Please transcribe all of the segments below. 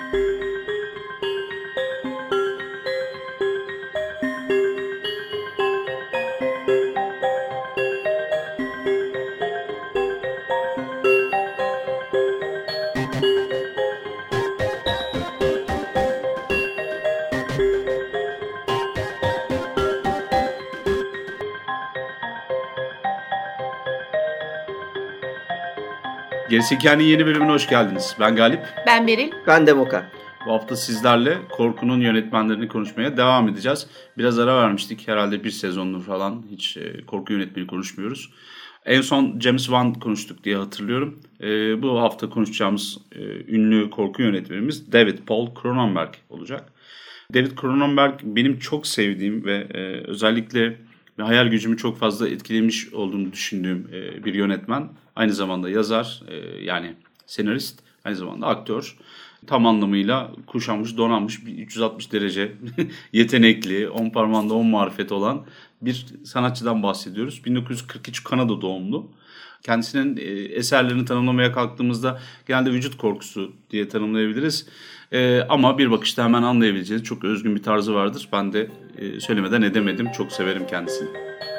Gerisi Hikayenin yeni bölümüne hoş geldiniz. Ben Galip. Ben Beril. Ben Demoka. Bu hafta sizlerle Korku'nun yönetmenlerini konuşmaya devam edeceğiz. Biraz ara vermiştik. Herhalde bir sezondur falan hiç korku yönetmeni konuşmuyoruz. En son James Wan konuştuk diye hatırlıyorum. Bu hafta konuşacağımız ünlü korku yönetmenimiz David Paul Cronenberg olacak. David Cronenberg benim çok sevdiğim ve özellikle hayal gücümü çok fazla etkilemiş olduğunu düşündüğüm bir yönetmen. Aynı zamanda yazar, yani senarist, aynı zamanda aktör. Tam anlamıyla kuşanmış, donanmış, 360 derece yetenekli, 10 parmağında 10 marifet olan bir sanatçıdan bahsediyoruz. 1943 Kanada doğumlu. Kendisinin eserlerini tanımlamaya kalktığımızda genelde vücut korkusu diye tanımlayabiliriz. Ama bir bakışta hemen anlayabileceğiniz çok özgün bir tarzı vardır. Ben de söylemeden edemedim. Çok severim kendisini.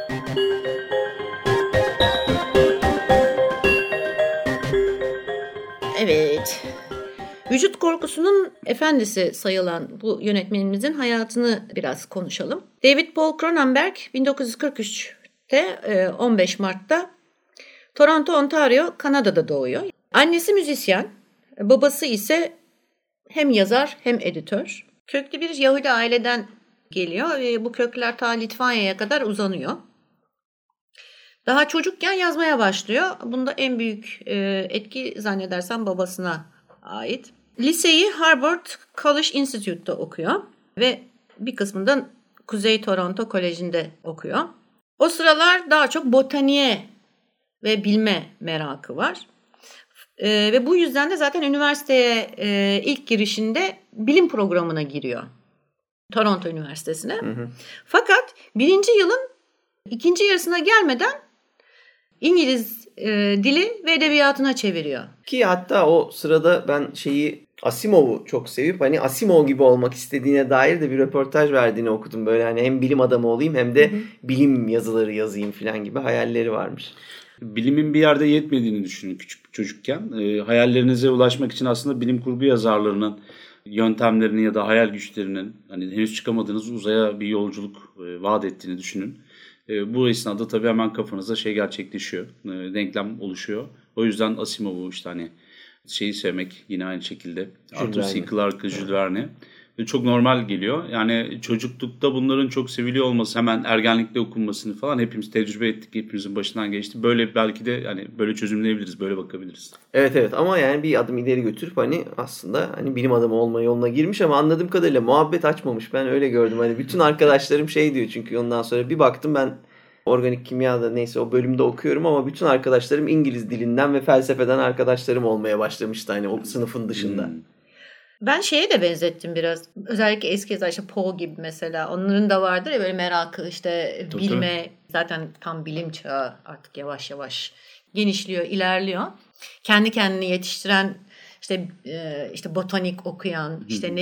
Evet. Vücut korkusunun efendisi sayılan bu yönetmenimizin hayatını biraz konuşalım. David Paul Cronenberg 1943'te 15 Mart'ta Toronto, Ontario, Kanada'da doğuyor. Annesi müzisyen, babası ise hem yazar hem editör. Köklü bir Yahudi aileden geliyor ve bu kökler ta Litvanya'ya kadar uzanıyor. Daha çocukken yazmaya başlıyor. Bunda en büyük etki zannedersem babasına ait. Liseyi Harvard College Institute'da okuyor ve bir kısmında Kuzey Toronto Koleji'nde okuyor. O sıralar daha çok botaniğe ve bilme merakı var. Ve bu yüzden de zaten üniversiteye ilk girişinde bilim programına giriyor. Toronto Üniversitesi'ne. Hı. Fakat birinci yılın ikinci yarısına gelmeden İngiliz dili ve edebiyatına çeviriyor. Ki hatta o sırada ben Asimov'u çok sevip hani Asimov gibi olmak istediğine dair de bir röportaj verdiğini okudum. Böyle hani hem bilim adamı olayım hem de bilim yazıları yazayım falan gibi hayalleri varmış. Bilimin bir yerde yetmediğini düşünün küçük çocukken. Hayallerinize ulaşmak için aslında bilim kurgu yazarlarının yöntemlerini ya da hayal güçlerinin hani henüz çıkamadığınız uzaya bir yolculuk vaat ettiğini düşünün. Bu esnada tabii hemen kafanızda gerçekleşiyor. Denklem oluşuyor. O yüzden Asimov'u hani sevmek yine aynı şekilde. Arthur C. Clarke, Jules Verne. Çok normal geliyor. Yani çocuklukta bunların çok seviliyor olması, hemen ergenlikte okunmasını falan hepimiz tecrübe ettik. Hepimizin başından geçti. Böyle belki de böyle çözümleyebiliriz, böyle bakabiliriz. Evet ama yani bir adım ileri götürüp aslında bilim adamı olma yoluna girmiş ama anladığım kadarıyla muhabbet açmamış. Ben öyle gördüm. Bütün arkadaşlarım diyor çünkü ondan sonra bir baktım ben organik kimyada neyse o bölümde okuyorum ama bütün arkadaşlarım İngiliz dilinden ve felsefeden arkadaşlarım olmaya başlamıştı o sınıfın dışında. Ben de benzettim biraz. Özellikle eski yazar Poe gibi mesela. Onların da vardır ya böyle merakı bilme. Tabii. Zaten tam bilim çağı artık yavaş yavaş genişliyor, ilerliyor. Kendi kendini yetiştiren botanik okuyan,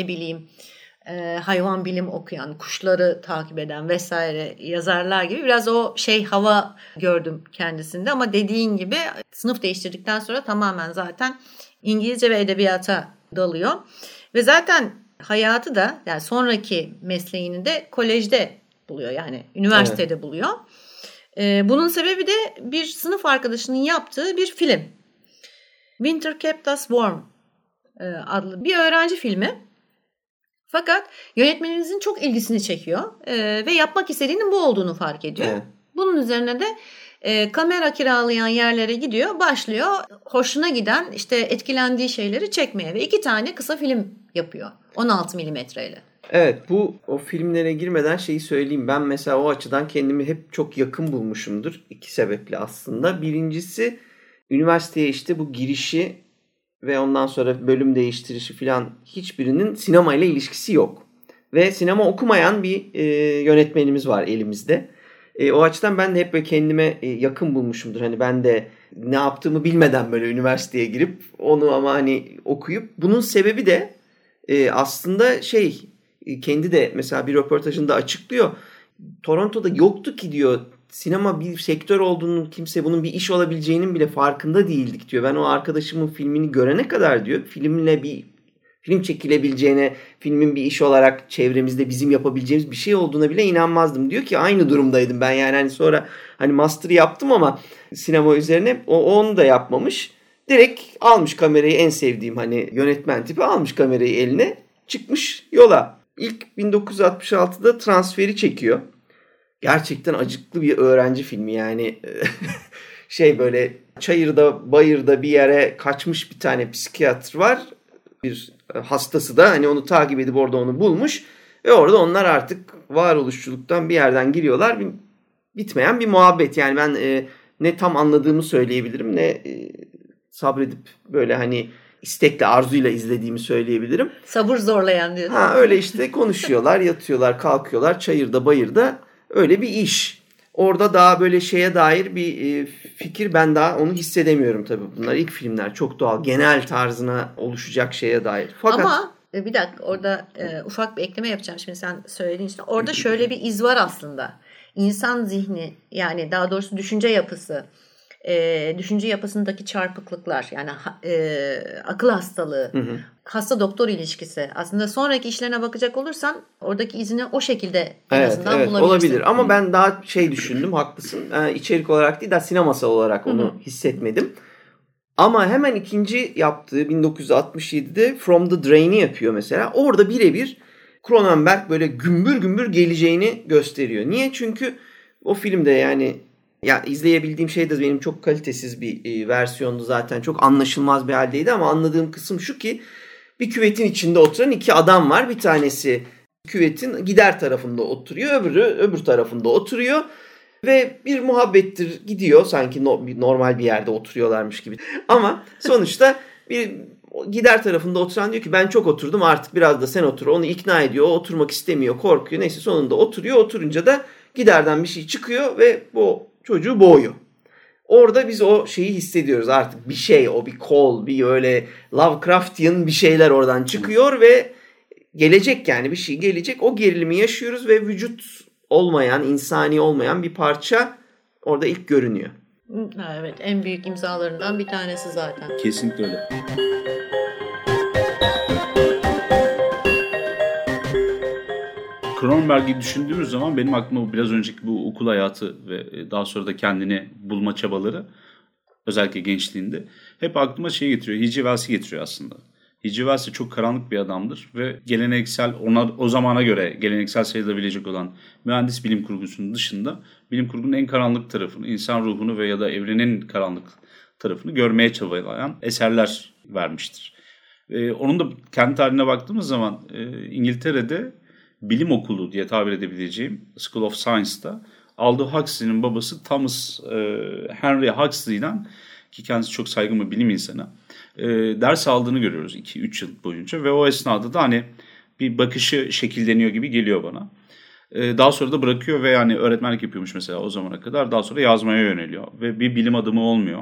hayvan bilim okuyan, kuşları takip eden vesaire yazarlar gibi biraz o hava gördüm kendisinde. Ama dediğin gibi sınıf değiştirdikten sonra tamamen zaten İngilizce ve edebiyata dalıyor. Ve zaten hayatı da yani sonraki mesleğini de kolejde buluyor. Yani üniversitede buluyor. Bunun sebebi de bir sınıf arkadaşının yaptığı bir film. Winter Kept Us Warm adlı bir öğrenci filmi. Fakat yönetmenimizin çok ilgisini çekiyor. Ve yapmak istediğinin bu olduğunu fark ediyor. Evet. Bunun üzerine de kamera kiralayan yerlere gidiyor, başlıyor. Hoşuna giden etkilendiği şeyleri çekmeye ve 2 tane kısa film yapıyor. 16 milimetreyle. Evet, o filmlere girmeden söyleyeyim. Ben mesela o açıdan kendimi hep çok yakın bulmuşumdur. 2 sebeple aslında. Birincisi üniversiteye bu girişi ve ondan sonra bölüm değiştirişi falan hiçbirinin sinemayla ilişkisi yok. Ve sinema okumayan bir yönetmenimiz var elimizde. O açıdan ben de hep böyle kendime yakın bulmuşumdur. Ben de ne yaptığımı bilmeden böyle üniversiteye girip onu ama okuyup bunun sebebi de aslında kendi de mesela bir röportajında açıklıyor. Toronto'da yoktu ki diyor. Sinema bir sektör olduğunu, kimse bunun bir iş olabileceğinin bile farkında değildik diyor. Ben o arkadaşımın filmini görene kadar diyor filmle bir film çekilebileceğine, filmin bir iş olarak çevremizde bizim yapabileceğimiz bir şey olduğuna bile inanmazdım. Diyor ki aynı durumdaydım ben yani hani sonra hani master yaptım ama sinema üzerine onu da yapmamış. Direkt almış kamerayı, en sevdiğim hani yönetmen tipi, almış kamerayı eline, çıkmış yola. İlk 1966'da Transfer'i çekiyor. Gerçekten acıklı bir öğrenci filmi yani. Böyle çayırda bayırda bir yere kaçmış bir tane psikiyatr var. Bir hastası da hani onu takip edip orada onu bulmuş. Ve orada onlar artık varoluşçuluktan bir yerden giriyorlar. Bitmeyen bir muhabbet. Yani ben ne tam anladığımı söyleyebilirim ne sabredip böyle hani istekle, arzuyla izlediğimi söyleyebilirim. Sabır zorlayan diyorsun. Öyle işte konuşuyorlar, yatıyorlar, kalkıyorlar çayırda bayırda, öyle bir iş. Orada daha böyle şeye dair bir fikir, ben daha onu hissedemiyorum tabii. Bunlar ilk filmler, çok doğal, genel tarzına oluşacak şeye dair. Fakat ama bir dakika orada ufak bir ekleme yapacağım. Şimdi sen söylediğin için orada şöyle bir iz var aslında. İnsan zihni, yani daha doğrusu düşünce yapısı, düşünce yapısındaki çarpıklıklar, yani akıl hastalığı, hasta doktor ilişkisi. Aslında sonraki işlerine bakacak olursan oradaki izini o şekilde en azından bulabilirsin. Olabilir ama ben daha düşündüm, haklısın. İçerik olarak değil de sinemasal olarak onu hissetmedim. Ama hemen ikinci yaptığı 1967'de From the Drain'i yapıyor mesela. Orada birebir Cronenberg böyle gümbür gümbür geleceğini gösteriyor. Niye? Çünkü o filmde yani izleyebildiğim şey de benim çok kalitesiz bir versiyondu zaten. Çok anlaşılmaz bir haldeydi ama anladığım kısım şu ki bir küvetin içinde oturan iki adam var. Bir tanesi küvetin gider tarafında oturuyor, öbürü öbür tarafında oturuyor. Ve bir muhabbettir gidiyor, sanki normal bir yerde oturuyorlarmış gibi. Ama sonuçta bir gider tarafında oturan diyor ki ben çok oturdum, artık biraz da sen otur. Onu ikna ediyor, o oturmak istemiyor, korkuyor. Neyse sonunda oturuyor. Oturunca da giderden bir şey çıkıyor ve bu çocuğu boğuyor. Orada biz o şeyi hissediyoruz artık, bir şey, o bir call, bir öyle Lovecraftian bir şeyler oradan çıkıyor ve gelecek, yani bir şey gelecek, o gerilimi yaşıyoruz ve vücut olmayan, insani olmayan bir parça orada ilk görünüyor. Evet, en büyük imzalarından bir tanesi zaten. Kesinlikle öyle. Cronenberg'i düşündüğümüz zaman benim aklıma biraz önceki bu okul hayatı ve daha sonra da kendini bulma çabaları, özellikle gençliğinde, hep aklıma getiriyor. H.G. Wells'i getiriyor aslında. H.G. Wells çok karanlık bir adamdır ve geleneksel, o zamana göre geleneksel sayılabilecek olan mühendis bilim kurgusunun dışında bilim kurgunun en karanlık tarafını, insan ruhunu ve ya da evrenin karanlık tarafını görmeye çabalayan eserler vermiştir. Onun da kendi tarihine baktığımız zaman İngiltere'de bilim okulu diye tabir edebileceğim School of Science'da Aldous Huxley'nin babası Thomas Henry Huxley'den, ki kendisi çok saygın bir bilim insanı, ders aldığını görüyoruz 2-3 yıl boyunca ve o esnada da hani bir bakışı şekilleniyor gibi geliyor bana. Daha sonra da bırakıyor ve yani öğretmenlik yapıyormuş mesela o zamana kadar, daha sonra yazmaya yöneliyor ve bir bilim adamı olmuyor.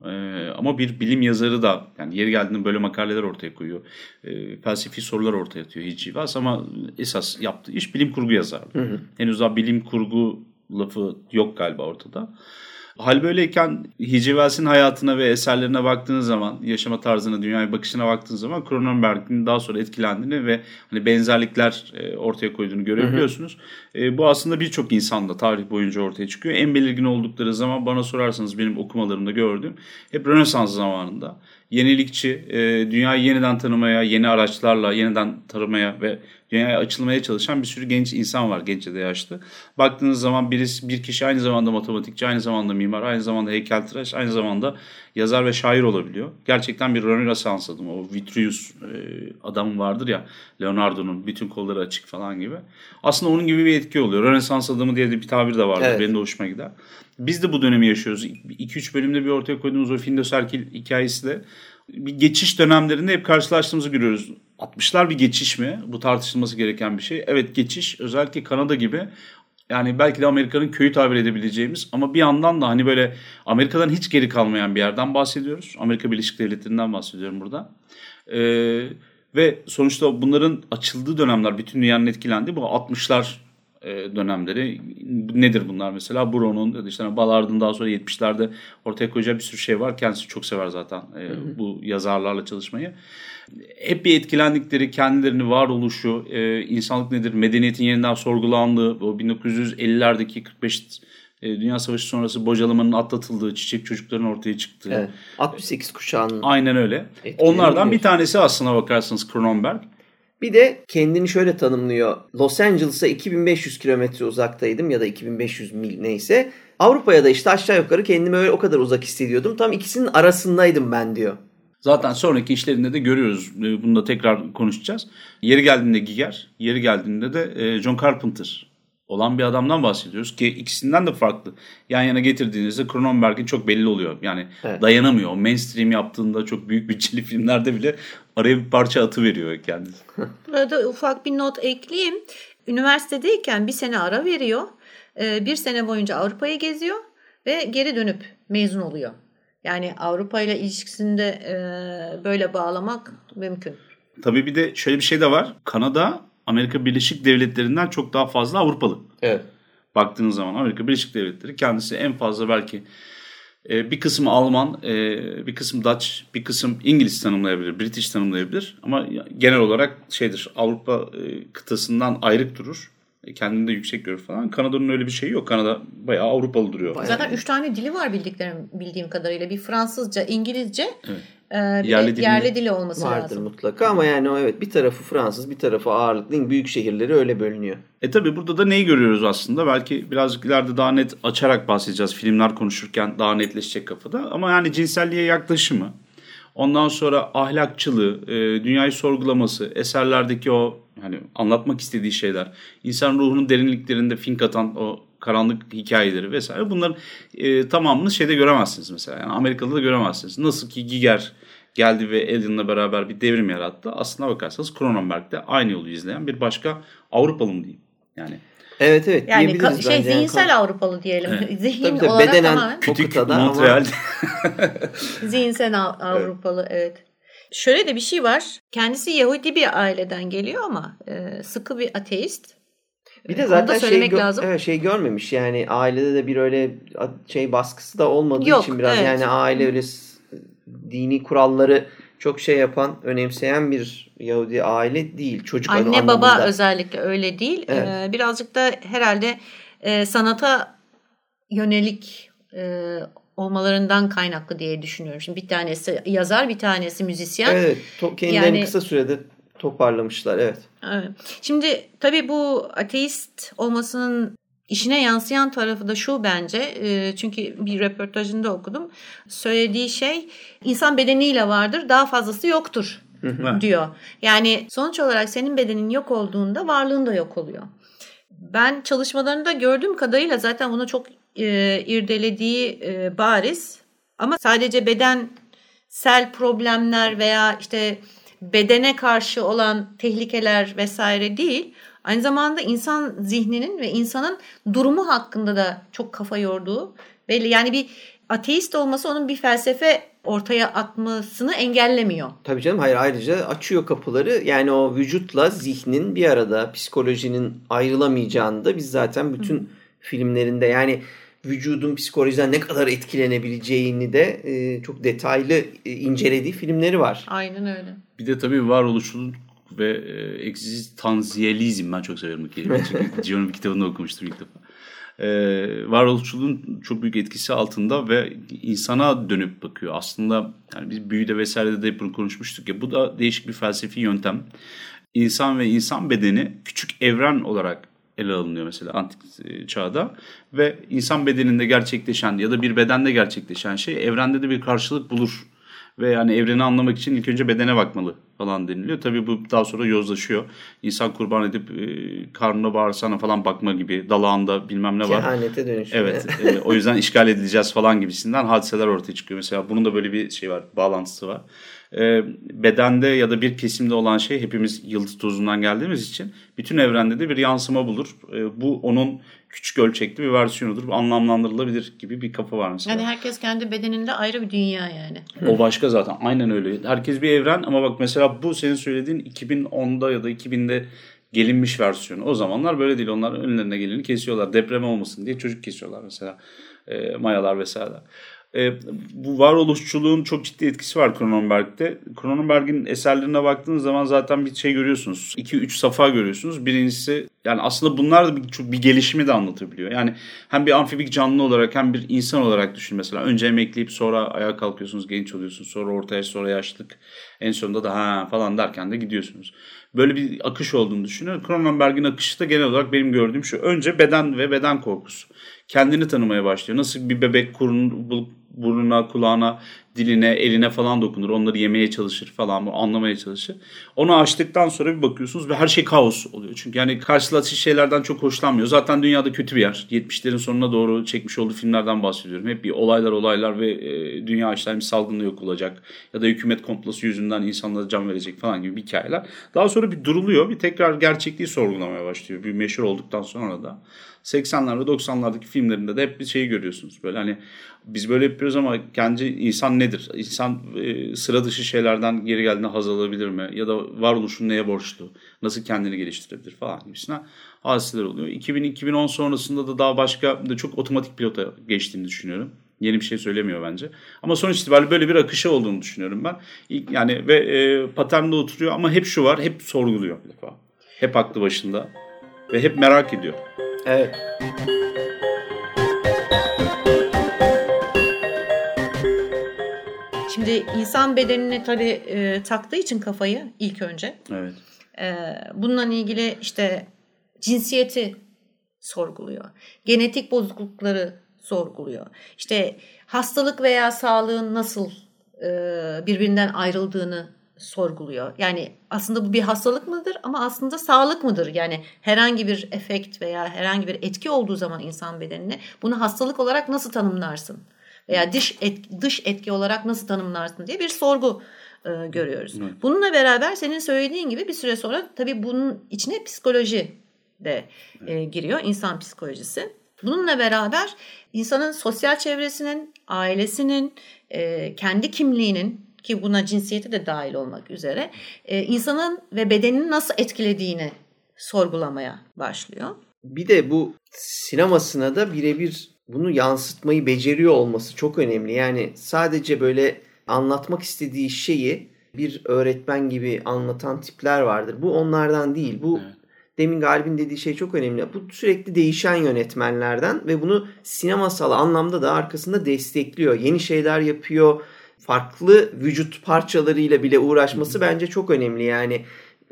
Ama bir bilim yazarı da, yani yeri geldiğinde böyle makaleler ortaya koyuyor. Felsefi sorular ortaya atıyor H.G. Wells ama esas yaptığı iş bilim kurgu yazarlığı. Henüz daha bilim kurgu lafı yok galiba ortada. Hal böyleyken H.G. Wells'in hayatına ve eserlerine baktığınız zaman, yaşama tarzına, dünyaya bakışına baktığınız zaman Cronenberg'in daha sonra etkilendiğini ve hani benzerlikler ortaya koyduğunu görebiliyorsunuz. Bu aslında birçok insanda tarih boyunca ortaya çıkıyor. En belirgin oldukları zaman bana sorarsanız benim okumalarımda gördüğüm hep Rönesans zamanında. Yenilikçi, dünyayı yeniden tanımaya, yeni araçlarla yeniden tanımaya ve dünyaya açılmaya çalışan bir sürü genç insan var, genç ya da yaşlı. Baktığınız zaman bir kişi aynı zamanda matematikçi, aynı zamanda mimar, aynı zamanda heykeltıraş, aynı zamanda yazar ve şair olabiliyor. Gerçekten bir Rönesans adamı. O Vitruvius adamı vardır ya, Leonardo'nun bütün kolları açık falan gibi. Aslında onun gibi bir etki oluyor. Rönesans adamı diye de bir tabir de vardır. Evet. Benim de hoşuma gider. Biz de bu dönemi yaşıyoruz. 2-3 bölümde bir ortaya koyduğumuz o Findus Erkil hikayesi de bir geçiş dönemlerinde hep karşılaştığımızı görüyoruz. 60'lar bir geçiş mi? Bu tartışılması gereken bir şey. Evet, geçiş. Özellikle Kanada gibi, yani belki de Amerika'nın köyü tabir edebileceğimiz ama bir yandan da hani böyle Amerika'dan hiç geri kalmayan bir yerden bahsediyoruz. Amerika Birleşik Devletleri'nden bahsediyorum burada. Ve sonuçta bunların açıldığı dönemler, bütün dünyanın etkilendiği bu 60'lar dönemleri. Nedir bunlar mesela? Brown'un işte Ballard'ın daha sonra 70'lerde ortaya koyacağı bir sürü şey var. Kendisi çok sever zaten bu yazarlarla çalışmayı. Hep bir etkilendikleri, kendilerini varoluşu, insanlık nedir, medeniyetin yeniden sorgulandığı, o 1950'lerdeki 45 Dünya Savaşı sonrası bocalamanın atlatıldığı, çiçek çocukların ortaya çıktığı. Evet, 68 kuşağının. Aynen öyle. Onlardan bir tanesi aslına bakarsanız Cronenberg. Bir de kendini şöyle tanımlıyor. Los Angeles'a 2500 kilometre uzaktaydım ya da 2500 mil neyse. Avrupa'ya da işte aşağı yukarı kendimi öyle o kadar uzak hissediyordum. Tam ikisinin arasındaydım ben diyor. Zaten sonraki işlerinde de görüyoruz. Bunu da tekrar konuşacağız. Yeri geldiğinde Giger, yeri geldiğinde de John Carpenter olan bir adamdan bahsediyoruz ki ikisinden de farklı. Yan yana getirdiğinizde Cronenberg'in çok belli oluyor. Yani dayanamıyor. O mainstream yaptığında çok büyük bütçeli filmlerde bile araya bir parça atıveriyor kendisi. Burada ufak bir not ekleyeyim. Üniversitedeyken bir sene ara veriyor. Bir sene boyunca Avrupa'yı geziyor ve geri dönüp mezun oluyor. Yani Avrupa ile ilişkisini de böyle bağlamak mümkün. Tabii bir de şöyle bir şey de var. Kanada Amerika Birleşik Devletleri'nden çok daha fazla Avrupalı. Evet. Baktığınız zaman Amerika Birleşik Devletleri kendisi en fazla belki bir kısmı Alman, bir kısım Dutch, bir kısım İngiliz tanımlayabilir, British tanımlayabilir. Ama genel olarak Avrupa kıtasından ayrık durur. Kendini de yüksek görür falan. Kanada'nın öyle bir şeyi yok. Kanada bayağı Avrupalı duruyor. Zaten 3 tane dili var bildiğim kadarıyla. Bir Fransızca, İngilizce, evet. Yerli dili olması vardır lazım. Mutlaka ama yani evet bir tarafı Fransız, bir tarafı ağırlıklı büyük şehirleri öyle bölünüyor. Tabii burada da neyi görüyoruz aslında? Belki birazcık ileride daha net açarak bahsedeceğiz. Filmler konuşurken daha netleşecek kafada. Ama yani cinselliğe yaklaşımı, ondan sonra ahlakçılığı, dünyayı sorgulaması, eserlerdeki o hani anlatmak istediği şeyler, insan ruhunun derinliklerinde fink atan o karanlık hikayeleri vesaire bunların tamamını şeyde göremezsiniz mesela. Yani Amerika'da da göremezsiniz. Nasıl ki Giger geldi ve Alien'la beraber bir devrim yarattı. Aslına bakarsanız Cronenberg de aynı yolu izleyen bir başka Avrupalı mı diyeyim yani. Evet yani diyebiliriz bence. Zihinsel Avrupalı diyelim. Evet. Zihin tabii, olarak bedenen ama küçük Montreal. Zihinsel Avrupalı evet. Şöyle de bir şey var. Kendisi Yahudi bir aileden geliyor ama sıkı bir ateist. Bir de zaten lazım. Şey görmemiş yani ailede de bir öyle baskısı da olmadığı için biraz yani aile öyle dini kuralları çok yapan, önemseyen bir Yahudi aile değil. Çocuk anne anlamında. Baba özellikle öyle değil. Evet. Birazcık da herhalde sanata yönelik olmalarından kaynaklı diye düşünüyorum. Şimdi bir tanesi yazar, bir tanesi müzisyen. Evet, kendilerini kısa sürede toparlamışlar, evet. Evet. Şimdi tabii bu ateist olmasının işine yansıyan tarafı da şu bence. Çünkü bir röportajında okudum. Söylediği şey insan bedeniyle vardır, daha fazlası yoktur diyor. Yani sonuç olarak senin bedenin yok olduğunda varlığın da yok oluyor. Ben çalışmalarında gördüğüm kadarıyla zaten bunu çok irdelediği bariz. Ama sadece bedensel problemler veya işte bedene karşı olan tehlikeler vesaire değil. Aynı zamanda insan zihninin ve insanın durumu hakkında da çok kafa yorduğu belli. Yani bir ateist olması onun bir felsefe ortaya atmasını engellemiyor. Tabii canım, hayır, ayrıca açıyor kapıları. Yani o vücutla zihnin bir arada, psikolojinin ayrılamayacağını da biz zaten bütün filmlerinde yani vücudun psikolojiden ne kadar etkilenebileceğini de çok detaylı incelediği filmleri var. Aynen öyle. Bir de tabii varoluşçuluk ve egzistansiyelizm, ben çok severim bu kelimeyi. Çünkü Gio'nun bir kitabını okumuştum ilk defa. Varoluşçuluğun çok büyük etkisi altında ve insana dönüp bakıyor. Aslında yani biz büyüde vesairede de bunu konuşmuştuk ya, bu da değişik bir felsefi yöntem. İnsan ve insan bedeni küçük evren olarak ele alınıyor mesela antik çağda ve insan bedeninde gerçekleşen ya da bir bedende gerçekleşen şey evrende de bir karşılık bulur ve yani evreni anlamak için ilk önce bedene bakmalı falan deniliyor. Tabii bu daha sonra yozlaşıyor. İnsan kurban edip karnına bağırsana falan bakma gibi, dalağında bilmem ne var. Kehanete dönüşüyor. Evet. O yüzden işgal edileceğiz falan gibisinden hadiseler ortaya çıkıyor. Mesela bunun da böyle bir şey var, bağlantısı var. Bedende ya da bir kesimde olan şey, hepimiz yıldız tozundan geldiğimiz için bütün evrende de bir yansıma bulur. Bu onun küçük ölçekli bir versiyonudur. Anlamlandırılabilir gibi bir kafa var mesela. Yani herkes kendi bedeninde ayrı bir dünya yani. O başka zaten. Aynen öyle. Herkes bir evren ama bak mesela mesela bu senin söylediğin 2010'da ya da 2000'de gelinmiş versiyonu. O zamanlar böyle değil. Onlar önlerine geleni kesiyorlar. Deprem olmasın diye çocuk kesiyorlar mesela. Mayalar vesaire. Bu varoluşçuluğun çok ciddi etkisi var Cronenberg'de. Cronenberg'in eserlerine baktığınız zaman zaten bir şey görüyorsunuz. 2-3 safa görüyorsunuz. Birincisi yani aslında bunlar da bir gelişimi de anlatabiliyor. Yani hem bir amfibik canlı olarak hem bir insan olarak düşün mesela. Önce emekleyip sonra ayağa kalkıyorsunuz, genç oluyorsunuz. Sonra ortaya, sonra yaşlılık. En sonunda da ha falan derken de gidiyorsunuz. Böyle bir akış olduğunu düşünüyorum. Cronenberg'in akışı da genel olarak benim gördüğüm şu. Önce beden ve beden korkusu. Kendini tanımaya başlıyor. Nasıl bir bebek burnuna, kulağına, diline, eline falan dokunur. Onları yemeye çalışır falan, anlamaya çalışır. Onu açtıktan sonra bir bakıyorsunuz ve her şey kaos oluyor. Çünkü yani karşılaştığı şeylerden çok hoşlanmıyor. Zaten dünyada kötü bir yer. 70'lerin sonuna doğru çekmiş olduğu filmlerden bahsediyorum. Hep bir olaylar ve dünya işte bir salgınla yok olacak. Ya da hükümet komplosu yüzünden insanlara can verecek falan gibi hikayeler. Daha sonra bir duruluyor. Bir tekrar gerçekliği sorgulamaya başlıyor. Bir meşhur olduktan sonra da. 80'lerde 90'lardaki filmlerinde de hep bir şeyi görüyorsunuz. Böyle hani biz böyle yapıyoruz ama kendi insan nedir? İnsan sıra dışı şeylerden geri geldiğinde haz alabilir mi? Ya da varoluşun neye borçlu? Nasıl kendini geliştirebilir falan gibisine hadiseler oluyor. 2000-2010 sonrasında da daha başka da çok otomatik pilota geçtiğini düşünüyorum. Yeni bir şey söylemiyor bence. Ama sonuç itibariyle böyle bir akışı olduğunu düşünüyorum ben. Yani ve paternde oturuyor ama hep şu var, hep sorguluyor bir defa. Hep aklı başında ve hep merak ediyor. Evet. Şimdi insan bedenini tabii taktığı için kafayı ilk önce. Evet. Bununla ilgili işte cinsiyeti sorguluyor. Genetik bozuklukları sorguluyor. İşte hastalık veya sağlığın nasıl birbirinden ayrıldığını sorguluyor. Yani aslında bu bir hastalık mıdır ama aslında sağlık mıdır? Yani herhangi bir efekt veya herhangi bir etki olduğu zaman insan bedenine bunu hastalık olarak nasıl tanımlarsın? Veya dış etki olarak nasıl tanımlarsın diye bir sorgu görüyoruz. Evet. Bununla beraber senin söylediğin gibi bir süre sonra tabii bunun içine psikoloji de giriyor. İnsan psikolojisi. Bununla beraber insanın sosyal çevresinin, ailesinin, kendi kimliğinin ki buna cinsiyeti de dahil olmak üzere insanın ve bedenini nasıl etkilediğini sorgulamaya başlıyor. Bir de bu sinemasına da birebir bunu yansıtmayı beceriyor olması çok önemli. Yani sadece böyle anlatmak istediği şeyi bir öğretmen gibi anlatan tipler vardır. Bu onlardan değil. Bu demin Galip'in dediği şey çok önemli. Bu sürekli değişen yönetmenlerden ve bunu sinemasal anlamda da arkasında destekliyor. Yeni şeyler yapıyor. Farklı vücut parçalarıyla bile uğraşması bence çok önemli. Yani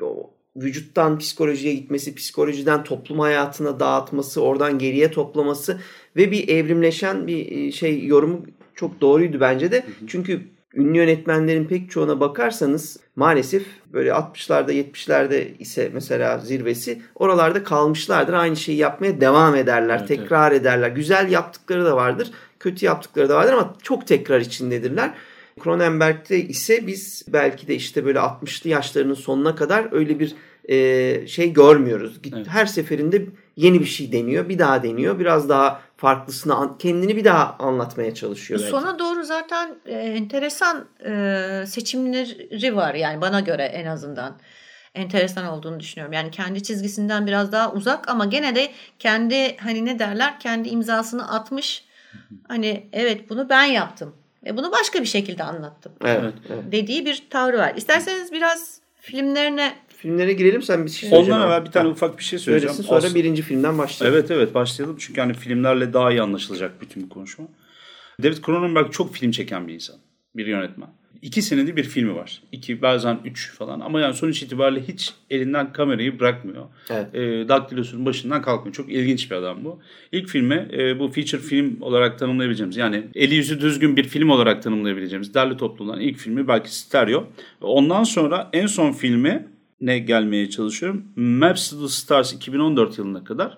vücuttan psikolojiye gitmesi, psikolojiden toplum hayatına dağıtması, oradan geriye toplaması ve bir evrimleşen bir şey yorumu çok doğruydu bence de. Çünkü ünlü yönetmenlerin pek çoğuna bakarsanız maalesef böyle 60'larda 70'lerde ise mesela zirvesi oralarda kalmışlardır. Aynı şeyi yapmaya devam ederler, evet, tekrar ederler. Güzel yaptıkları da vardır, kötü yaptıkları da vardır ama çok tekrar içindedirler. Cronenberg'de ise biz belki de işte böyle 60'lı yaşlarının sonuna kadar öyle bir şey görmüyoruz. Evet. Her seferinde yeni bir şey deniyor, bir daha deniyor. Biraz daha farklısını, kendini bir daha anlatmaya çalışıyor. Belki. Sona doğru zaten enteresan seçimleri var yani bana göre en azından. Enteresan olduğunu düşünüyorum. Yani kendi çizgisinden biraz daha uzak ama gene de kendi hani ne derler kendi imzasını atmış. Hani evet bunu ben yaptım. Ve bunu başka bir şekilde anlattım. Evet. Dediği bir tavrı var. İsterseniz biraz filmlere girelim, sen bir şey söyleyeceksin. Ondan evvel bir tane ufak bir şey söyleyeceğim. Sonra birinci filmden başlayalım. Evet başlayalım. Çünkü hani filmlerle daha iyi anlaşılacak bütün bu konuşma. David Cronenberg çok film çeken bir insan. Bir yönetmen. 2 senede bir filmi var. 2 bazen 3 falan. Ama yani sonuç itibariyle hiç elinden kamerayı bırakmıyor. Evet. Daktilosunun başından kalkmıyor. Çok ilginç bir adam bu. İlk filmi bu feature film olarak tanımlayabileceğimiz, yani eli yüzü düzgün bir film olarak tanımlayabileceğimiz derli toplu olan ilk filmi belki Stereo. Ondan sonra en son filmi ne gelmeye çalışıyorum? Maps to the Stars 2014 yılına kadar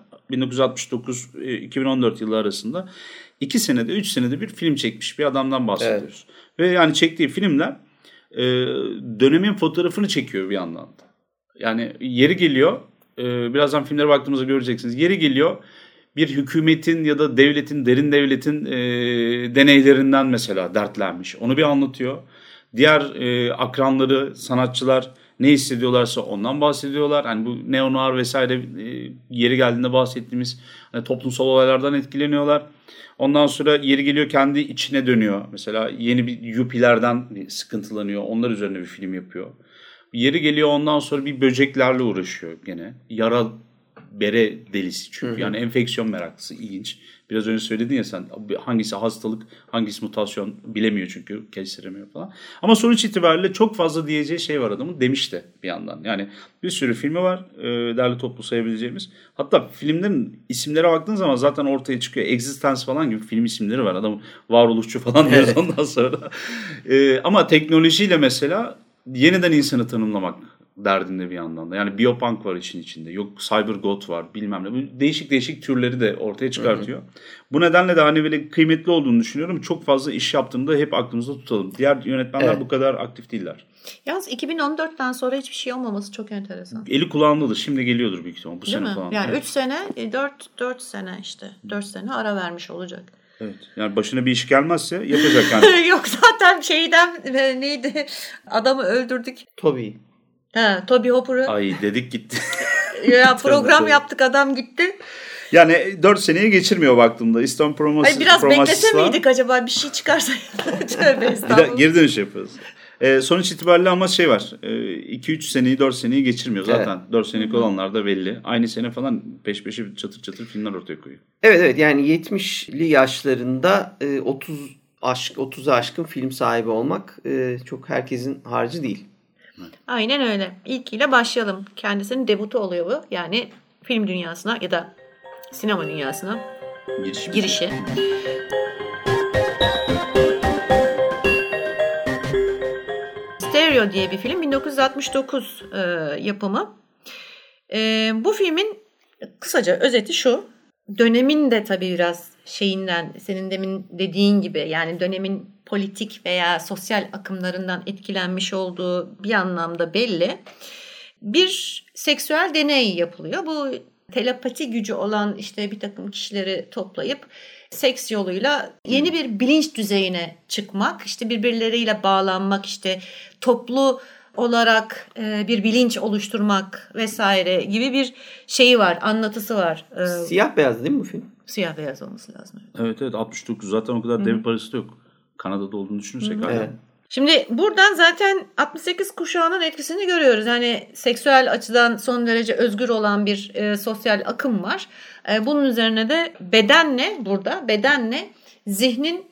1969-2014 yılı arasında 2 senede 3 senede bir film çekmiş bir adamdan bahsediyoruz. Evet. Ve yani çektiği filmler dönemin fotoğrafını çekiyor bir yandan da. Yani yeri geliyor, birazdan filmlere baktığımızda göreceksiniz. Yeri geliyor bir hükümetin ya da devletin, derin devletin deneylerinden mesela dertlenmiş. Onu bir anlatıyor. Diğer akranları, sanatçılar ne hissediyorlarsa ondan bahsediyorlar. Hani bu neo-noir vesaire yeri geldiğinde bahsettiğimiz hani toplumsal olaylardan etkileniyorlar. Ondan sonra yeri geliyor kendi içine dönüyor. Mesela yeni bir yuppie'lerden sıkıntılanıyor. Onlar üzerine bir film yapıyor. Yeri geliyor ondan sonra bir böceklerle uğraşıyor gene. Yara bere delisi çünkü. Yani enfeksiyon meraklısı, ilginç. Biraz önce söyledin ya sen, hangisi hastalık, hangisi mutasyon bilemiyor çünkü, kestiremiyor falan. Ama sonuç itibariyle çok fazla diyeceği şey var adamın, demiş de bir yandan. Yani bir sürü filmi var derli toplu sayabileceğimiz. Hatta filmlerin isimlere baktığın zaman zaten ortaya çıkıyor. Existence falan gibi film isimleri var. Adam varoluşçu falan diyoruz ondan sonra. Ama teknolojiyle mesela yeniden insanı tanımlamak derdinde bir yandan da. Yani biopunk var işin içinde. Yok cybergoth var, bilmem ne. Değişik değişik türleri de ortaya çıkartıyor. Bu nedenle de hani böyle kıymetli olduğunu düşünüyorum. Çok fazla iş yaptığında hep aklımızda tutalım. Diğer yönetmenler bu kadar aktif değiller. Yalnız 2014'ten sonra hiçbir şey olmaması çok enteresan. Eli kulağındadır. Şimdi geliyordur büyük ihtimalle. Bu değil sene mi? falan. Yani evet. 3 sene, 4 sene işte. 4 sene ara vermiş olacak. Evet. Yani başına bir iş gelmezse yapacak yani. Yok zaten şeyden neydi? Adamı öldürdük. Toby. Toby Hooper'ı. Ay dedik gitti. Ya program yaptık, adam gitti. Yani 4 seneyi geçirmiyor baktığımda. İstanbul Promosyonu. Biraz beklese miydik acaba, bir şey çıkarsa? Tövbe estağfurullah. Geri dönüş yapıyoruz. Sonuç itibariyle ama şey var. 2-3 seneyi 4 seneyi geçirmiyor zaten. 4 senelik olanlar da belli. Aynı sene falan peş peşe çatır çatır filmler ortaya koyuyor. Evet yani 70'li yaşlarında 30'a aşkın film sahibi olmak çok herkesin harcı değil. Aynen öyle. İlkiyle başlayalım. Kendisinin debutu oluyor bu. Yani film dünyasına ya da sinema dünyasına girişi. Stereo diye bir film. 1969 yapımı. Bu filmin kısaca özeti şu. Dönemin de tabii biraz şeyinden, senin demin dediğin gibi, yani dönemin politik veya sosyal akımlarından etkilenmiş olduğu bir anlamda belli. Bir seksüel deney yapılıyor. Bu telepati gücü olan işte bir takım kişileri toplayıp seks yoluyla yeni bir bilinç düzeyine çıkmak, işte birbirleriyle bağlanmak, işte toplu olarak bir bilinç oluşturmak vesaire gibi bir şeyi var, anlatısı var. Siyah beyaz değil mi bu film? Siyah beyaz olması lazım. Evet 69 zaten o kadar dev parası da yok. Kanada'da olduğunu düşünürsek hala. Evet. Şimdi buradan zaten 68 kuşağının etkisini görüyoruz. Yani seksüel açıdan son derece özgür olan bir sosyal akım var. Bunun üzerine de bedenle zihnin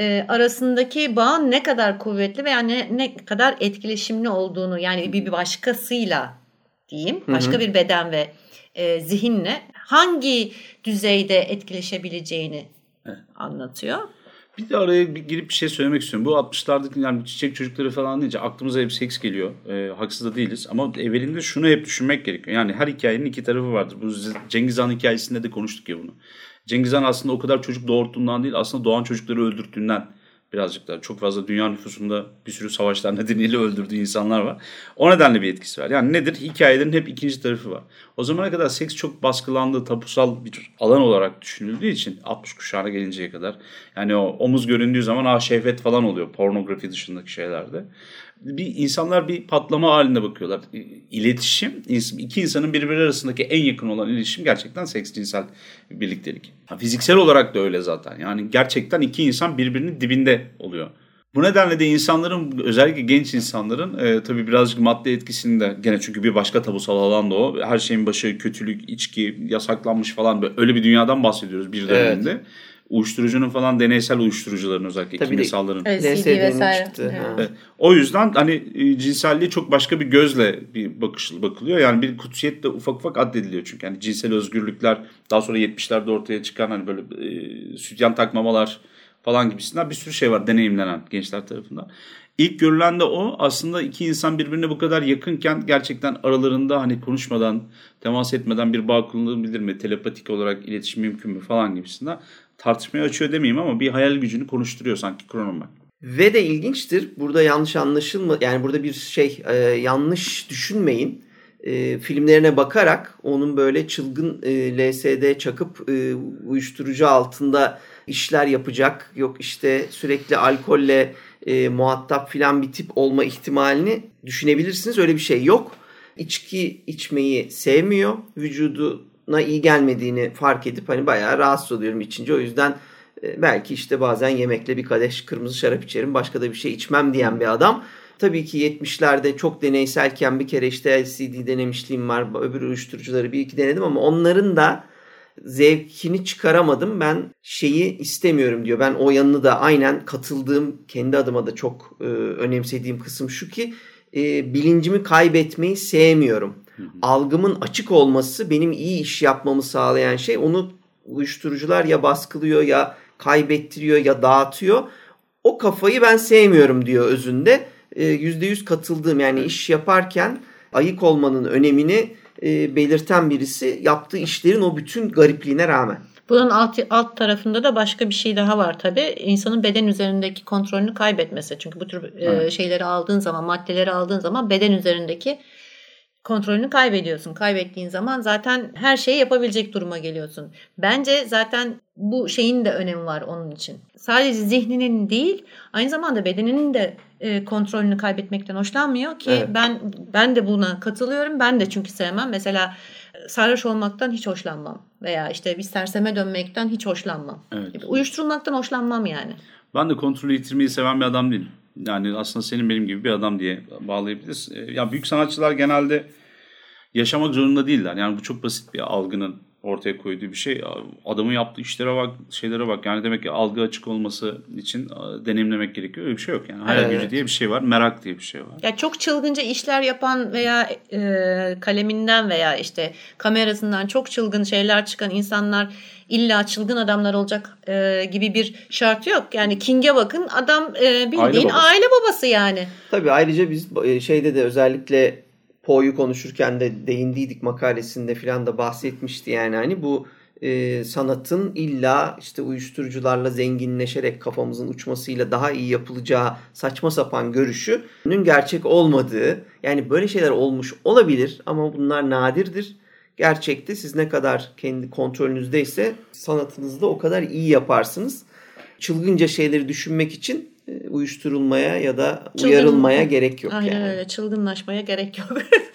arasındaki bağın ne kadar kuvvetli veya ne kadar etkileşimli olduğunu, yani bir başkasıyla diyeyim, başka bir beden ve zihinle hangi düzeyde etkileşebileceğini anlatıyor. Bir de araya girip bir şey söylemek istiyorum. Bu 60'lardaki yani çiçek çocukları falan deyince aklımıza hep seks geliyor. Haksız da değiliz. Ama evvelinde şunu hep düşünmek gerekiyor. Yani her hikayenin iki tarafı vardır. Bu Cengiz Han hikayesinde de konuştuk ya bunu. Cengiz Han aslında o kadar çocuk doğurttuğundan değil, aslında doğan çocukları öldürdüğünden birazcık daha. Çok fazla dünya nüfusunda bir sürü savaşlar nedeniyle öldürdüğü insanlar var. O nedenle bir etkisi var. Yani nedir? Hikayelerin hep ikinci tarafı var. O zamana kadar seks çok baskılandığı, tapusal bir alan olarak düşünüldüğü için 60 kuşağına gelinceye kadar. Yani o omuz göründüğü zaman şehvet falan oluyor pornografi dışındaki şeylerde. İnsanlar bir patlama halinde bakıyorlar. İletişim, iki insanın birbiri arasındaki en yakın olan iletişim gerçekten seks, cinsel birliktelik. Fiziksel olarak da öyle zaten. Yani gerçekten iki insan birbirinin dibinde oluyor. Bu nedenle de insanların, özellikle genç insanların tabii birazcık madde etkisinde, gene çünkü bir başka tabusal alan da o. Her şeyin başı kötülük, içki, yasaklanmış falan, öyle bir dünyadan bahsediyoruz bir dönemde. Evet. Uyuşturucunun falan, deneysel uyuşturucuların özellikle kimyasalların. CD vesaire. Evet. O yüzden hani cinselliğe çok başka bir gözle bakılıyor. Yani bir kutsiyet de ufak ufak addediliyor çünkü. Yani cinsel özgürlükler daha sonra 70'lerde ortaya çıkan hani böyle sütyen takmamalar falan gibisinden bir sürü şey var deneyimlenen gençler tarafından. İlk görülen de o. Aslında iki insan birbirine bu kadar yakınken gerçekten aralarında hani konuşmadan, temas etmeden bir bağ kurulabilir mi? Telepatik olarak iletişim mümkün mü falan gibisinden tartışmaya açıyor demeyeyim ama bir hayal gücünü konuşturuyor sanki Cronenberg. Ve de ilginçtir. Burada yanlış anlaşılma, yani burada bir yanlış düşünmeyin. Filmlerine bakarak onun böyle çılgın LSD çakıp uyuşturucu altında işler yapacak, yok işte sürekli alkolle muhatap filan bir tip olma ihtimalini düşünebilirsiniz. Öyle bir şey yok. İçki içmeyi sevmiyor. Vücuduna iyi gelmediğini fark edip hani bayağı rahatsız oluyorum içince. O yüzden belki işte bazen yemekle bir kadeh kırmızı şarap içerim. Başka da bir şey içmem diyen bir adam. Tabii ki 70'lerde çok deneyselken bir kere işte LSD denemişliğim var. Öbür uyuşturucuları bir iki denedim ama onların da zevkini çıkaramadım. Ben şeyi istemiyorum diyor. Ben o yanını da aynen katıldığım, kendi adıma da çok önemsediğim kısım şu ki bilincimi kaybetmeyi sevmiyorum. Algımın açık olması benim iyi iş yapmamı sağlayan şey. Onu uyuşturucular ya baskılıyor ya kaybettiriyor ya dağıtıyor. O kafayı ben sevmiyorum diyor özünde. %100 katıldığım, yani iş yaparken ayık olmanın önemini belirten birisi, yaptığı işlerin o bütün garipliğine rağmen. Bunun alt tarafında da başka bir şey daha var tabii. İnsanın beden üzerindeki kontrolünü kaybetmesi. Çünkü bu tür şeyleri aldığın zaman, maddeleri aldığın zaman beden üzerindeki kontrolünü kaybediyorsun. Kaybettiğin zaman zaten her şeyi yapabilecek duruma geliyorsun. Bence zaten bu şeyin de önemi var onun için. Sadece zihninin değil, aynı zamanda bedeninin de kontrolünü kaybetmekten hoşlanmıyor ki evet. Ben de buna katılıyorum. Ben de çünkü sevmem. Mesela sarhoş olmaktan hiç hoşlanmam veya işte bir serseme dönmekten hiç hoşlanmam. Evet. Uyuşturulmaktan hoşlanmam yani. Ben de kontrolü yitirmeyi seven bir adam değilim. Yani aslında senin benim gibi bir adam diye bağlayabiliriz. Ya büyük sanatçılar genelde yaşamak zorunda değiller. Yani bu çok basit bir algının ortaya koyduğu bir şey. Adamın yaptığı işlere bak, şeylere bak. Yani demek ki algı açık olması için deneyimlemek gerekiyor. Öyle bir şey yok yani. Hayal gücü diye bir şey var, merak diye bir şey var. Ya çok çılgınca işler yapan veya kaleminden veya işte kamerasından çok çılgın şeyler çıkan insanlar illa çılgın adamlar olacak gibi bir şart yok. Yani King'e bakın, adam bildiğin aile babası yani. Tabii ayrıca biz şeyde de özellikle Poe'yu konuşurken de değindiydik, makalesinde filan da bahsetmişti yani hani bu sanatın illa işte uyuşturucularla zenginleşerek kafamızın uçmasıyla daha iyi yapılacağı saçma sapan görüşünün gerçek olmadığı, yani böyle şeyler olmuş olabilir ama bunlar nadirdir. Gerçekte siz ne kadar kendi kontrolünüzdeyse sanatınızda o kadar iyi yaparsınız. Çılgınca şeyleri düşünmek için uyuşturulmaya ya da uyarılmaya gerek yok. Aynen yani. Öyle. Çılgınlaşmaya gerek yok.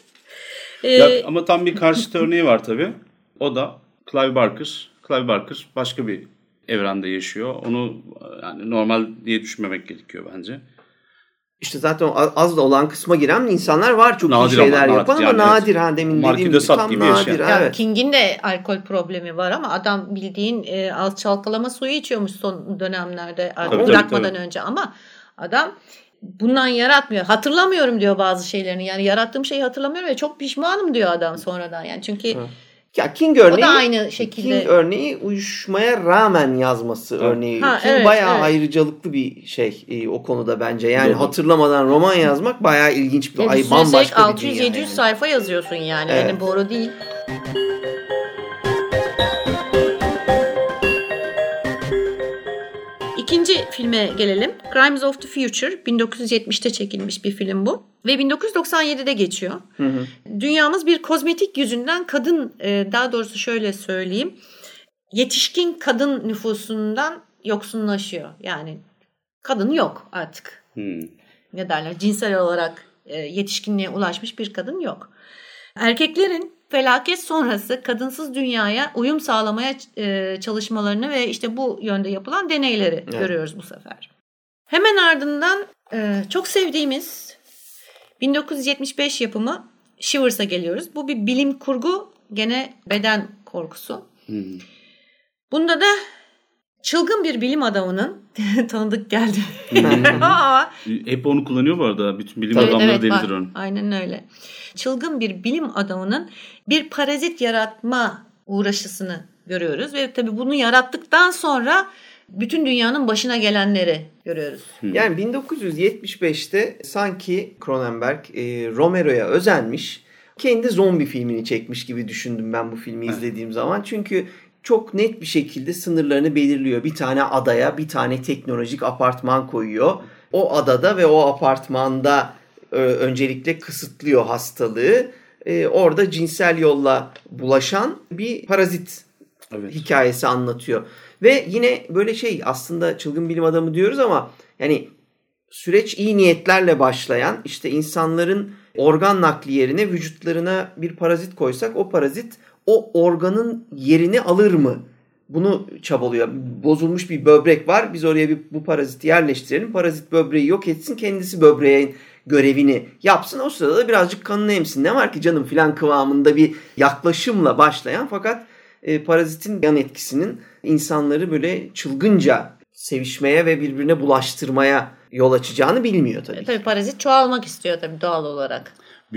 Ya, ama tam bir karşıt örneği var tabii. O da Clive Barker. Clive Barker başka bir evrende yaşıyor. Onu yani normal diye düşünmemek gerekiyor bence. İşte zaten az da olan kısma giren insanlar var. Çok nadir iyi şeyler yapan ama nadir. Evet. Demin dediğim gibi tam nadir. Evet. King'in de alkol problemi var ama adam bildiğin alçalkalama suyu içiyormuş son dönemlerde bırakmadan önce. Ama adam bundan yaratmıyor. Hatırlamıyorum diyor bazı şeylerini. Yani yarattığım şeyi hatırlamıyorum ve çok pişmanım diyor adam sonradan. Yani çünkü ya King örneği, o da aynı şekilde. King örneği uyuşmaya rağmen yazması örneği. King bayağı ayrıcalıklı bir şey o konuda bence. Yani hatırlamadan roman yazmak bayağı ilginç bir bambaşka bir dünya. 600-700 sayfa yazıyorsun yani. Evet. Yani boru değil. İkinci filme gelelim. Crimes of the Future. 1970'te çekilmiş bir film bu. Ve 1997'de geçiyor. Hı. Dünyamız bir kozmetik yüzünden daha doğrusu şöyle söyleyeyim. Yetişkin kadın nüfusundan yoksunlaşıyor. Yani kadın yok artık. Ne derler? Cinsel olarak yetişkinliğe ulaşmış bir kadın yok. Erkeklerin felaket sonrası kadınsız dünyaya uyum sağlamaya çalışmalarını ve işte bu yönde yapılan deneyleri görüyoruz bu sefer. Hemen ardından çok sevdiğimiz 1975 yapımı Shivers'a geliyoruz. Bu bir bilim kurgu, gene beden korkusu. Bunda da çılgın bir bilim adamının tanıdık geldi. Hep onu kullanıyor bu arada. Bütün bilim adamları delidir onu. Aynen öyle. Çılgın bir bilim adamının bir parazit yaratma uğraşısını görüyoruz. Ve tabii bunu yarattıktan sonra bütün dünyanın başına gelenleri görüyoruz. Yani 1975'te sanki Cronenberg Romero'ya özenmiş. Kendi zombi filmini çekmiş gibi düşündüm ben bu filmi izlediğim zaman. Çünkü çok net bir şekilde sınırlarını belirliyor. Bir tane adaya bir tane teknolojik apartman koyuyor. O adada ve o apartmanda öncelikle kısıtlıyor hastalığı. Orada cinsel yolla bulaşan bir parazit hikayesi anlatıyor. Ve yine böyle aslında çılgın bilim adamı diyoruz ama yani süreç iyi niyetlerle başlayan, işte insanların organ nakli yerine vücutlarına bir parazit koysak o parazit o organın yerini alır mı? Bunu çabalıyor. Bozulmuş bir böbrek var. Biz oraya bu paraziti yerleştirelim. Parazit böbreği yok etsin. Kendisi böbreğin görevini yapsın. O sırada da birazcık kanını emsin. Ne var ki canım filan kıvamında bir yaklaşımla başlayan, fakat parazitin yan etkisinin insanları böyle çılgınca sevişmeye ve birbirine bulaştırmaya yol açacağını bilmiyor tabii. Tabii parazit çoğalmak istiyor tabii doğal olarak.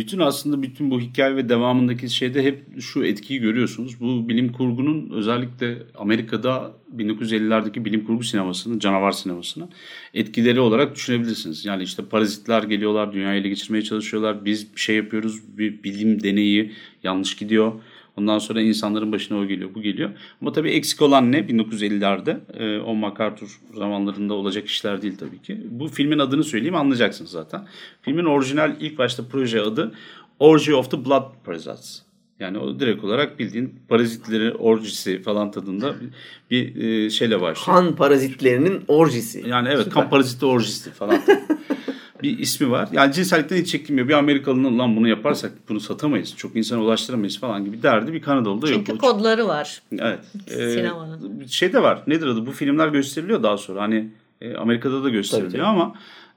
Bütün bu hikaye ve devamındaki şeyde hep şu etkiyi görüyorsunuz. Bu bilim kurgunun özellikle Amerika'da 1950'lerdeki bilim kurgu sinemasını, canavar sinemasını etkileri olarak düşünebilirsiniz. Yani işte parazitler geliyorlar, dünyayı ele geçirmeye çalışıyorlar. Biz bir şey yapıyoruz, bir bilim deneyi yanlış gidiyor. Ondan sonra insanların başına o geliyor, bu geliyor. Ama tabii eksik olan ne? 1950'lerde o MacArthur zamanlarında olacak işler değil tabii ki. Bu filmin adını söyleyeyim, anlayacaksınız zaten. Filmin orijinal ilk başta proje adı Orgy of the Blood Parasites. Yani o direkt olarak bildiğin parazitleri orjisi falan tadında bir şeyle başlıyor. Kan parazitlerinin orjisi. Yani evet, kan paraziti orjisi falan. Bir ismi var. Yani cinsellikten hiç çekinmiyor. Bir Amerikalı'nın lan bunu yaparsak bunu satamayız, çok insana ulaştıramayız falan gibi derdi. Bir Kanadalı da yok. Çünkü kodları var. Evet. Sinemanın. Şey de var. Nedir adı? Bu filmler gösteriliyor daha sonra. Hani Amerika'da da gösteriliyor tabii. Ama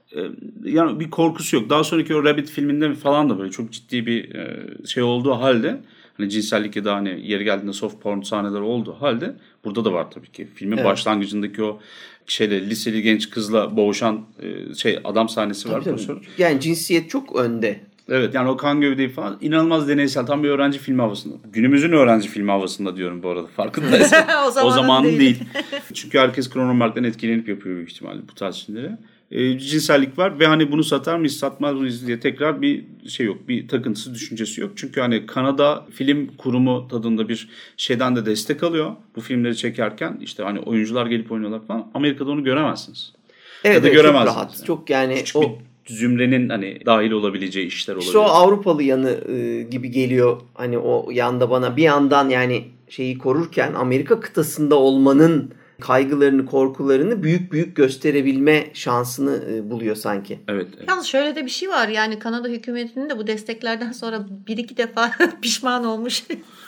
yani bir korkusu yok. Daha sonraki o Rabbit filminde falan da böyle çok ciddi bir şey olduğu halde, hani cinsellik ya da hani yeri geldiğinde soft porn sahneleri olduğu halde burada da var tabii ki. Filmin başlangıcındaki o liseli genç kızla boğuşan adam sahnesi var. Tabii. Yani cinsiyet çok önde. Evet, yani o kan gövdeyi falan inanılmaz deneysel, tam bir öğrenci filmi havasında. Günümüzün öğrenci filmi havasında diyorum bu arada, farkındaysan. o zamanın değil. Çünkü herkes Cronenberg'den etkilenip yapıyor büyük ihtimalle bu tarz şeyleri. Cinsellik var ve hani bunu satar mıyız satmaz mıyız diye tekrar bir şey yok, bir takıntısı düşüncesi yok. Çünkü hani Kanada Film Kurumu tadında bir şeyden de destek alıyor bu filmleri çekerken. İşte hani oyuncular gelip oynuyorlar falan. Amerika'da onu göremezsiniz. Evet, ya da göremezsiniz. Çok rahat. Çok yani küçük bir zümrenin hani dahil olabileceği işler olabilir. İşte o Avrupalı yanı gibi geliyor. Hani o yanda bana bir yandan yani şeyi korurken Amerika kıtasında olmanın kaygılarını, korkularını büyük büyük gösterebilme şansını buluyor sanki. Evet. Yalnız şöyle de bir şey var. Yani Kanada hükümetinin de bu desteklerden sonra bir iki defa pişman olmuş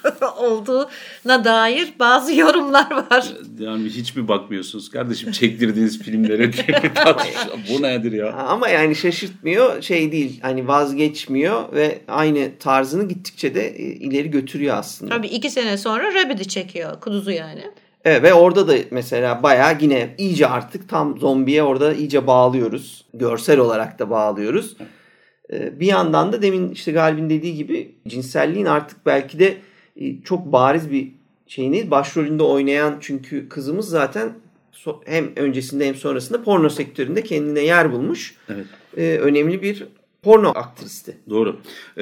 olduğuna dair bazı yorumlar var. Yani hiç mi bakmıyorsunuz kardeşim çektirdiğiniz filmlere? Bu nedir ya? Ama yani şaşırtmıyor, şey değil. Hani vazgeçmiyor ve aynı tarzını gittikçe de ileri götürüyor aslında. Tabii 2 sene sonra Rabbit'i çekiyor. Kuduzu yani. Evet, ve orada da mesela bayağı yine iyice artık tam zombiye orada iyice bağlıyoruz. Görsel olarak da bağlıyoruz. Bir yandan da demin işte Galip'in dediği gibi cinselliğin artık belki de çok bariz bir şeyini başrolünde oynayan, çünkü kızımız zaten hem öncesinde hem sonrasında porno sektöründe kendine yer bulmuş. Evet. Önemli bir porno aktristi. Doğru.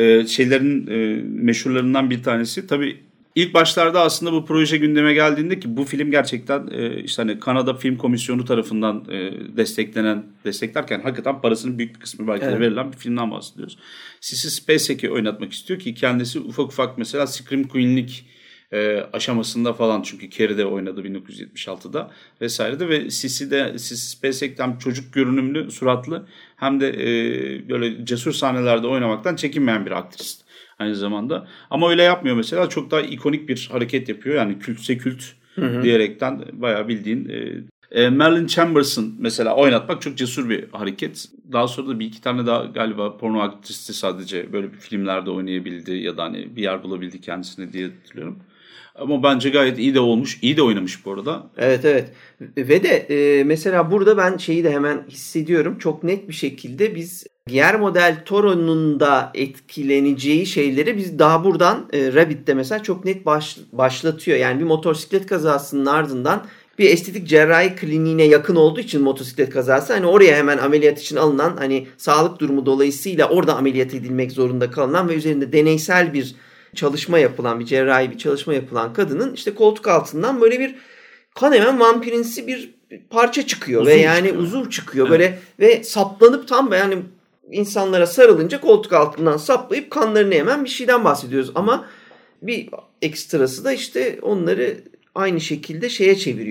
Meşhurlarından bir tanesi tabii. İlk başlarda aslında bu proje gündeme geldiğinde, ki bu film gerçekten işte hani Kanada Film Komisyonu tarafından desteklerken hakikaten parasının büyük bir kısmı belki de verilen bir filmden bahsediyoruz. Sissy Spacek'i oynatmak istiyor ki kendisi ufak ufak mesela Scream Queen'lik aşamasında falan, çünkü Carrie'de oynadı 1976'da vesairede ve Sissy Spacek'ten çocuk görünümlü, suratlı, hem de böyle cesur sahnelerde oynamaktan çekinmeyen bir aktris aynı zamanda. Ama öyle yapmıyor mesela. Çok daha ikonik bir hareket yapıyor. Yani kültse kült diyerekten bayağı bildiğin. Marilyn Chambers'ın mesela oynatmak çok cesur bir hareket. Daha sonra da bir iki tane daha galiba porno aktristi sadece böyle bir filmlerde oynayabildi ya da hani bir yer bulabildi kendisine diye hatırlıyorum. Ama bence gayet iyi de olmuş. İyi de oynamış bu arada. Evet. Ve de mesela burada ben şeyi de hemen hissediyorum. Çok net bir şekilde biz Guillermo del Toro'nun da etkileneceği şeyleri biz daha buradan Rabbit'te mesela çok net başlatıyor. Yani bir motosiklet kazasının ardından bir estetik cerrahi kliniğine yakın olduğu için motosiklet kazası, hani oraya hemen ameliyat için alınan, hani sağlık durumu dolayısıyla orada ameliyat edilmek zorunda kalınan ve üzerinde deneysel bir çalışma yapılan, bir cerrahi bir çalışma yapılan kadının işte koltuk altından böyle bir kan emen vampirinsi bir parça çıkıyor ve yani uzuv çıkıyor böyle ve saplanıp tam yani insanlara sarılınca koltuk altından saplayıp kanlarını emen bir şeyden bahsediyoruz. Ama bir ekstrası da işte onları aynı şekilde şeye çeviriyor.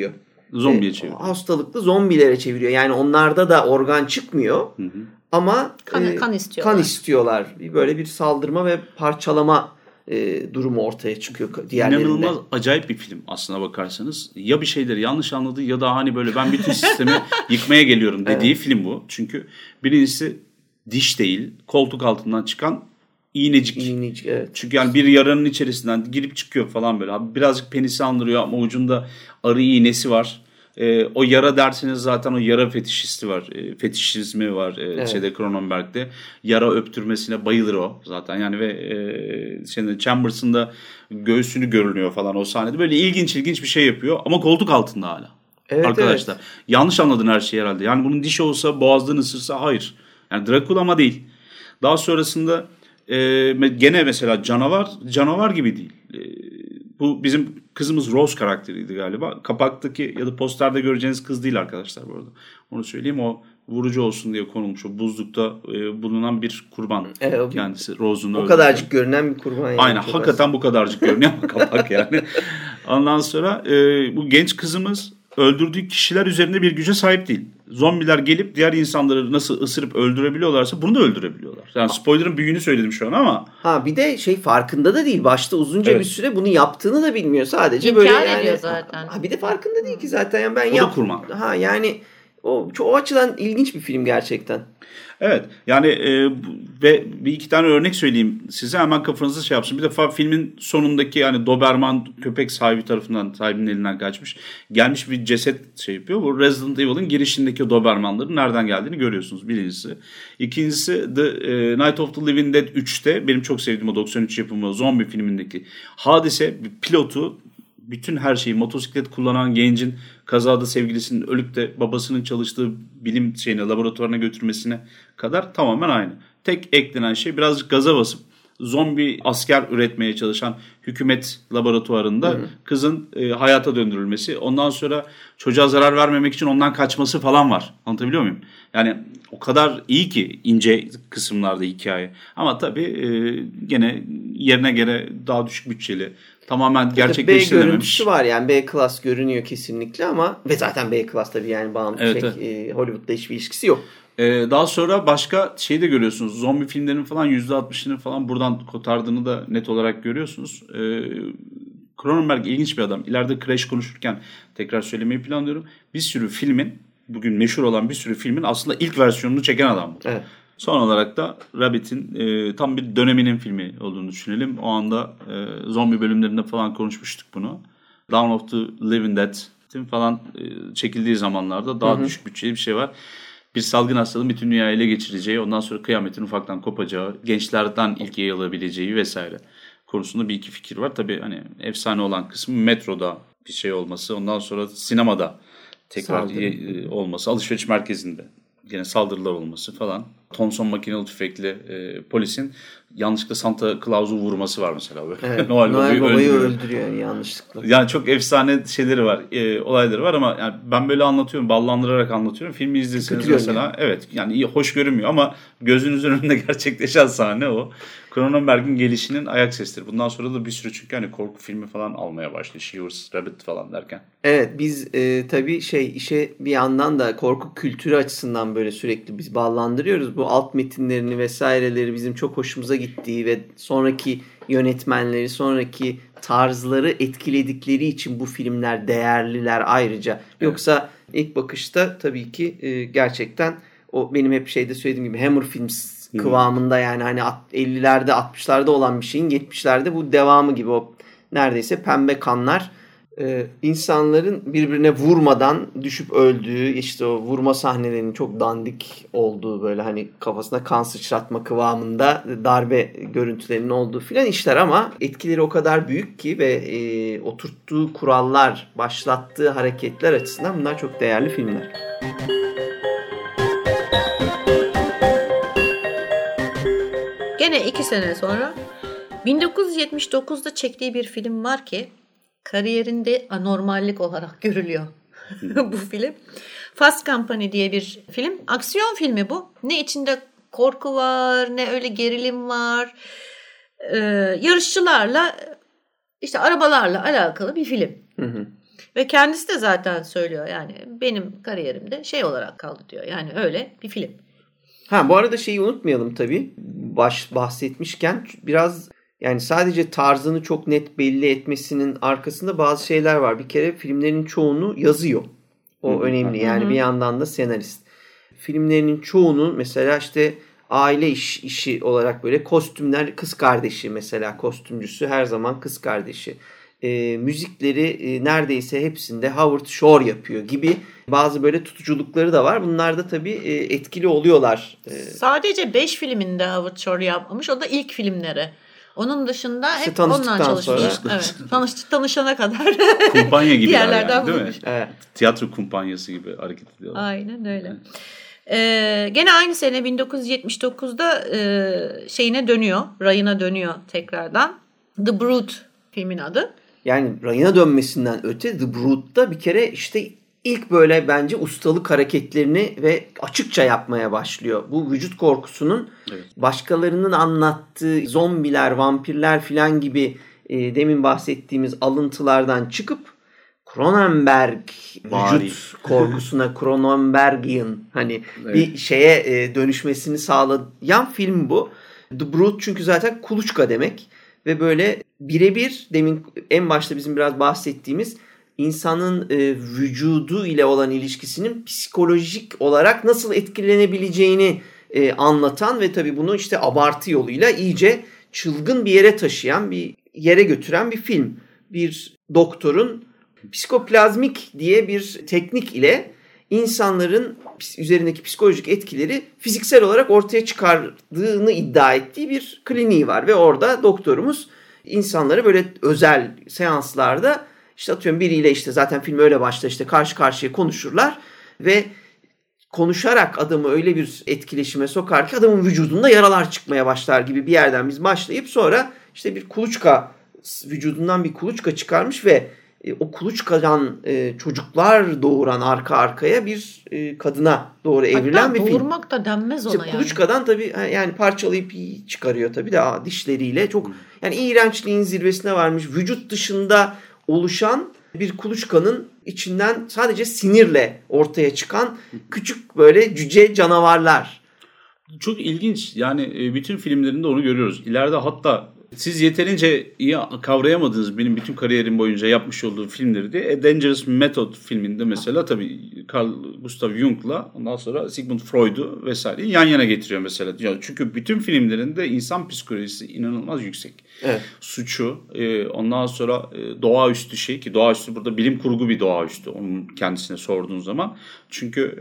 Zombiye çeviriyor. Hastalıklı zombilere çeviriyor. Yani onlarda da organ çıkmıyor. Ama kan istiyorlar. Böyle bir saldırma ve parçalama durumu ortaya çıkıyor diğerlerinde. İnanılmaz acayip bir film aslına bakarsanız. Ya bir şeyleri yanlış anladı ya da hani böyle ben bütün sistemi yıkmaya geliyorum dediği film bu. Çünkü birincisi diş değil, koltuk altından çıkan iğnecik. Evet. Çünkü yani bir yaranın içerisinden girip çıkıyor falan böyle. Abi birazcık penisi andırıyor ama ucunda arı iğnesi var. O yara derseniz zaten o yara fetişisti var. Fetişizmi var Cronenberg'de. Yara öptürmesine bayılır o zaten. Yani ve Chambers'ın da göğsünü görünüyor falan o sahnede. Böyle ilginç bir şey yapıyor ama koltuk altında hala. Evet, arkadaşlar. Evet. Yanlış anladın her şeyi herhalde. Yani bunun dişi olsa boğazdan ısırsa hayır. Yani Dracula ama değil. Daha sonrasında gene mesela canavar gibi değil. Bu bizim kızımız Rose karakteriydi galiba. Kapaktaki ya da posterde göreceğiniz kız değil arkadaşlar bu arada. Onu söyleyeyim, o vurucu olsun diye konulmuş. O buzlukta bulunan bir kurban kendisi. Rose'un o kadarcık görünen bir kurban. Yani. Aynen, hakikaten bu kadarcık görünüyor ama kapak yani. Ondan sonra bu genç kızımız öldürdüğü kişiler üzerinde bir güce sahip değil. Zombiler gelip diğer insanları nasıl ısırıp öldürebiliyorlarsa bunu da öldürebiliyorlar. Yani spoiler'ın büyüğünü söyledim şu an ama. Bir de farkında da değil. Başta uzunca bir süre bunu yaptığını da bilmiyor. Sadece İnkar böyle ediyor zaten. Bir de farkında değil ki zaten. Yani ben o da kurban. Yani o açıdan ilginç bir film gerçekten. Evet yani ve bir iki tane örnek söyleyeyim size, hemen kafanızda şey yapsın. Bir defa filmin sonundaki yani Doberman köpek sahibinin elinden kaçmış. Gelmiş bir ceset şey yapıyor. Bu Resident Evil'ın girişindeki Dobermanların nereden geldiğini görüyorsunuz birincisi. İkincisi The Night of the Living Dead 3'te benim çok sevdiğim o 93 yapımı zombi filmindeki hadise bir pilotu, bütün her şeyi, motosiklet kullanan gencin kazada sevgilisinin ölüp de babasının çalıştığı bilim laboratuvarına götürmesine kadar tamamen aynı. Tek eklenen şey birazcık gaza basıp zombi asker üretmeye çalışan hükümet laboratuvarında kızın hayata döndürülmesi. Ondan sonra çocuğa zarar vermemek için ondan kaçması falan var. Anlatabiliyor muyum? Yani o kadar iyi ki ince kısımlarda hikaye. Ama tabii gene yerine göre daha düşük bütçeli. Tamamen gerçekleştirilememiş. B görüntüsü var yani, B class görünüyor kesinlikle ama ve zaten B class tabii yani Hollywood'da hiçbir ilişkisi yok. Daha sonra başka şey de görüyorsunuz. Zombi filmlerinin falan %60'ını falan buradan kotardığını da net olarak görüyorsunuz. Cronenberg ilginç bir adam. İleride Crash konuşurken tekrar söylemeyi planlıyorum. Bir sürü filmin, bugün meşhur olan bir sürü filmin aslında ilk versiyonunu çeken adam bu. Evet. Son olarak da Rabbit'in tam bir döneminin filmi olduğunu düşünelim. O anda zombi bölümlerinde falan konuşmuştuk bunu. Dawn of the Living Dead'in falan çekildiği zamanlarda daha düşük bütçeli bir şey var. Bir salgın hastalığın bütün dünyayı ele geçireceği, ondan sonra kıyametin ufaktan kopacağı, gençlerden ilk yayılabileceği vesaire konusunda bir iki fikir var. Tabii hani efsane olan kısmı metroda bir şey olması, ondan sonra sinemada tekrar olması, alışveriş merkezinde yine saldırılar olması falan. Thompson makinalı tüfekli polisin yanlışlıkla Santa Claus'u vurması var mesela. Evet, Noel Baba'yı öldürüyor yanlışlıkla. Yani çok efsane şeyleri var, olayları var ama yani ben böyle anlatıyorum, ballandırarak anlatıyorum. Filmi izleseniz mesela yani. Evet yani hoş görünmüyor ama gözünüzün önünde gerçekleşen sahne o. Cronenberg'in gelişinin ayak sesleri. Bundan sonra da bir sürü çünkü hani korku filmi falan almaya başladı. Shivers, Rabbit falan derken. Evet biz tabii işe bir yandan da korku kültürü açısından böyle sürekli biz ballandırıyoruz. Bu alt metinlerini vesaireleri bizim çok hoşumuza gittiği ve sonraki yönetmenleri, sonraki tarzları etkiledikleri için bu filmler değerliler ayrıca. Evet. Yoksa ilk bakışta tabii ki gerçekten o benim hep söylediğim gibi Hammer Films kıvamında yani hani 50'lerde 60'larda olan bir şeyin 70'lerde bu devamı gibi, o neredeyse pembe kanlar, insanların birbirine vurmadan düşüp öldüğü, işte o vurma sahnelerinin çok dandik olduğu, böyle hani kafasına kan sıçratma kıvamında darbe görüntülerinin olduğu filan işler ama etkileri o kadar büyük ki ve oturttuğu kurallar, başlattığı hareketler açısından bunlar çok değerli filmler. Gene 2 sene sonra 1979'da çektiği bir film var ki kariyerinde anormallik olarak görülüyor bu film. Fast Company diye bir film. Aksiyon filmi bu. Ne içinde korku var, ne öyle gerilim var. Yarışçılarla, işte arabalarla alakalı bir film. Ve kendisi de zaten söylüyor yani benim kariyerimde şey olarak kaldı diyor. Yani öyle bir film. Bu arada şeyi unutmayalım tabii. Bahsetmişken biraz yani sadece tarzını çok net belli etmesinin arkasında bazı şeyler var. Bir kere filmlerin çoğunu yazıyor. O önemli. Yani bir yandan da senarist. Filmlerinin çoğunu mesela işte aile işi olarak böyle kostümler, kız kardeşi mesela, kostümcüsü her zaman kız kardeşi. Müzikleri neredeyse hepsinde Howard Shore yapıyor gibi bazı böyle tutuculukları da var. Bunlar da tabii etkili oluyorlar. Sadece 5 filminde Howard Shore yapmamış. O da ilk filmleri. Onun dışında İşte hep onunla çalışmış. Evet, tanışana kadar. Kumpanya gibi diğerlerden yani, değil mi? Evet. Tiyatro kumpanyası gibi hareket ediyorlar. Aynen öyle. Gene aynı sene 1979'da şeyine dönüyor. Rayına dönüyor tekrardan. The Brood filmin adı. Yani rayına dönmesinden öte The Brood'da bir kere işte ilk böyle bence ustalık hareketlerini ve açıkça yapmaya başlıyor. Bu vücut korkusunun başkalarının anlattığı zombiler, vampirler filan gibi demin bahsettiğimiz alıntılardan çıkıp Cronenberg vücut korkusuna Cronenbergian hani bir şeye dönüşmesini sağlayan film bu. The Brood çünkü zaten kuluçka demek ve böyle birebir demin en başta bizim biraz bahsettiğimiz insanın vücudu ile olan ilişkisinin psikolojik olarak nasıl etkilenebileceğini anlatan ve tabii bunu işte abartı yoluyla iyice çılgın bir yere taşıyan, bir yere götüren bir film. Bir doktorun psikoplazmik diye bir teknik ile insanların üzerindeki psikolojik etkileri fiziksel olarak ortaya çıkardığını iddia ettiği bir kliniği var ve orada doktorumuz insanları böyle özel seanslarda işte atıyorum biriyle işte zaten film öyle başlar işte karşı karşıya konuşurlar ve konuşarak adamı öyle bir etkileşime sokar ki adamın vücudunda yaralar çıkmaya başlar gibi bir yerden biz başlayıp sonra işte bir kuluçka vücudundan bir kuluçka çıkarmış ve o kuluçkadan çocuklar doğuran arka arkaya bir kadına doğru evrilen bir film. Hatta doğurmak da denmez ona yani. Kuluçkadan tabii yani parçalayıp çıkarıyor tabii de dişleriyle çok yani iğrençliğin zirvesine varmış. Vücut dışında oluşan bir kuluçkanın içinden sadece sinirle ortaya çıkan küçük böyle cüce canavarlar. Çok ilginç. Yani bütün filmlerinde onu görüyoruz. İleride hatta siz yeterince iyi kavrayamadığınız benim bütün kariyerim boyunca yapmış olduğum filmleri de A Dangerous Method filminde mesela tabii Carl Gustav Jung'la ondan sonra Sigmund Freud'u vesaireyi yan yana getiriyor mesela. Çünkü bütün filmlerinde insan psikolojisi inanılmaz yüksek. Evet. Suçu, ondan sonra doğaüstü şey ki doğaüstü burada bilim kurgu bir doğaüstü onun kendisine sorduğun zaman. Çünkü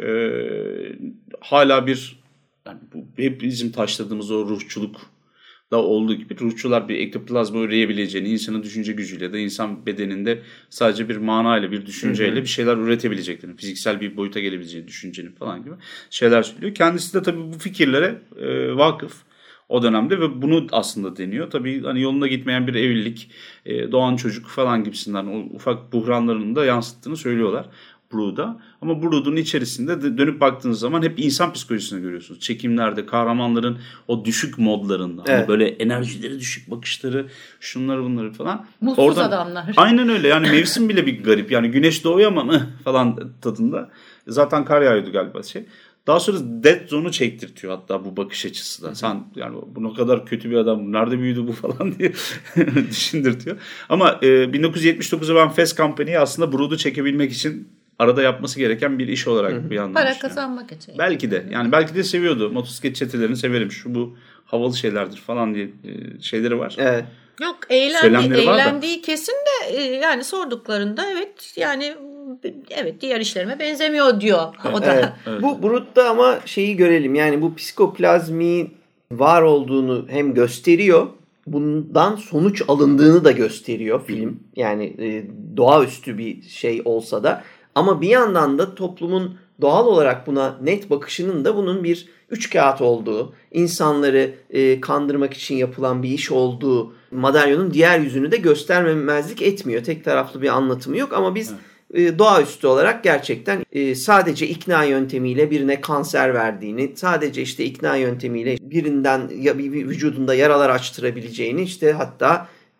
hala bir yani bu hep bizim taşladığımız o ruhçuluk da olduğu gibi ruhçular bir ektoplazma üreyebileceğini, insanın düşünce gücüyle de insan bedeninde sadece bir manayla, bir düşünceyle bir şeyler üretebileceklerini, fiziksel bir boyuta gelebileceğini, düşüncenin falan gibi şeyler söylüyor. Kendisi de tabii bu fikirlere vakıf o dönemde ve bunu aslında deniyor. Tabii hani yolunda gitmeyen bir evlilik, doğan çocuk falan gibisinden o ufak buhranlarını da yansıttığını söylüyorlar. Brood'a. Ama Brood'un içerisinde dönüp baktığınız zaman hep insan psikolojisini görüyorsunuz. Çekimlerde, kahramanların o düşük modlarında. Evet. Hani böyle enerjileri düşük, bakışları, şunları bunları falan. Mutsuz adamlar. Aynen öyle. Yani mevsim bile bir garip. Yani güneş doğuyor ama falan tadında. Zaten kar yağıyordu galiba şey. Daha sonra Dead Zone'u çektirtiyor hatta bu bakış açısı da. Sen yani bu ne kadar kötü bir adam, nerede büyüdü bu falan diye düşündürtüyor. Ama 1979'da ben Fast Company'yi aslında Brood'u çekebilmek için arada yapması gereken bir iş olarak bir yandan para kazanmak için. Belki de. Yani belki de seviyordu. Motosiklet çetelerini severim. Şu bu havalı şeylerdir falan diye şeyleri var. Evet. Yok eğlendiği kesin de yani sorduklarında evet yani evet diğer işlerime benzemiyor diyor o da. Evet. Bu Brood'da ama şeyi görelim yani bu psikoplazmi var olduğunu hem gösteriyor bundan sonuç alındığını da gösteriyor film. Yani doğaüstü bir şey olsa da ama bir yandan da toplumun doğal olarak buna net bakışının da bunun bir üçkağıt olduğu, insanları kandırmak için yapılan bir iş olduğu madalyonun diğer yüzünü de göstermemezlik etmiyor. Tek taraflı bir anlatımı yok ama biz doğaüstü olarak gerçekten sadece ikna yöntemiyle birine kanser verdiğini, sadece işte ikna yöntemiyle birinden vücudunda yaralar açtırabileceğini, işte hatta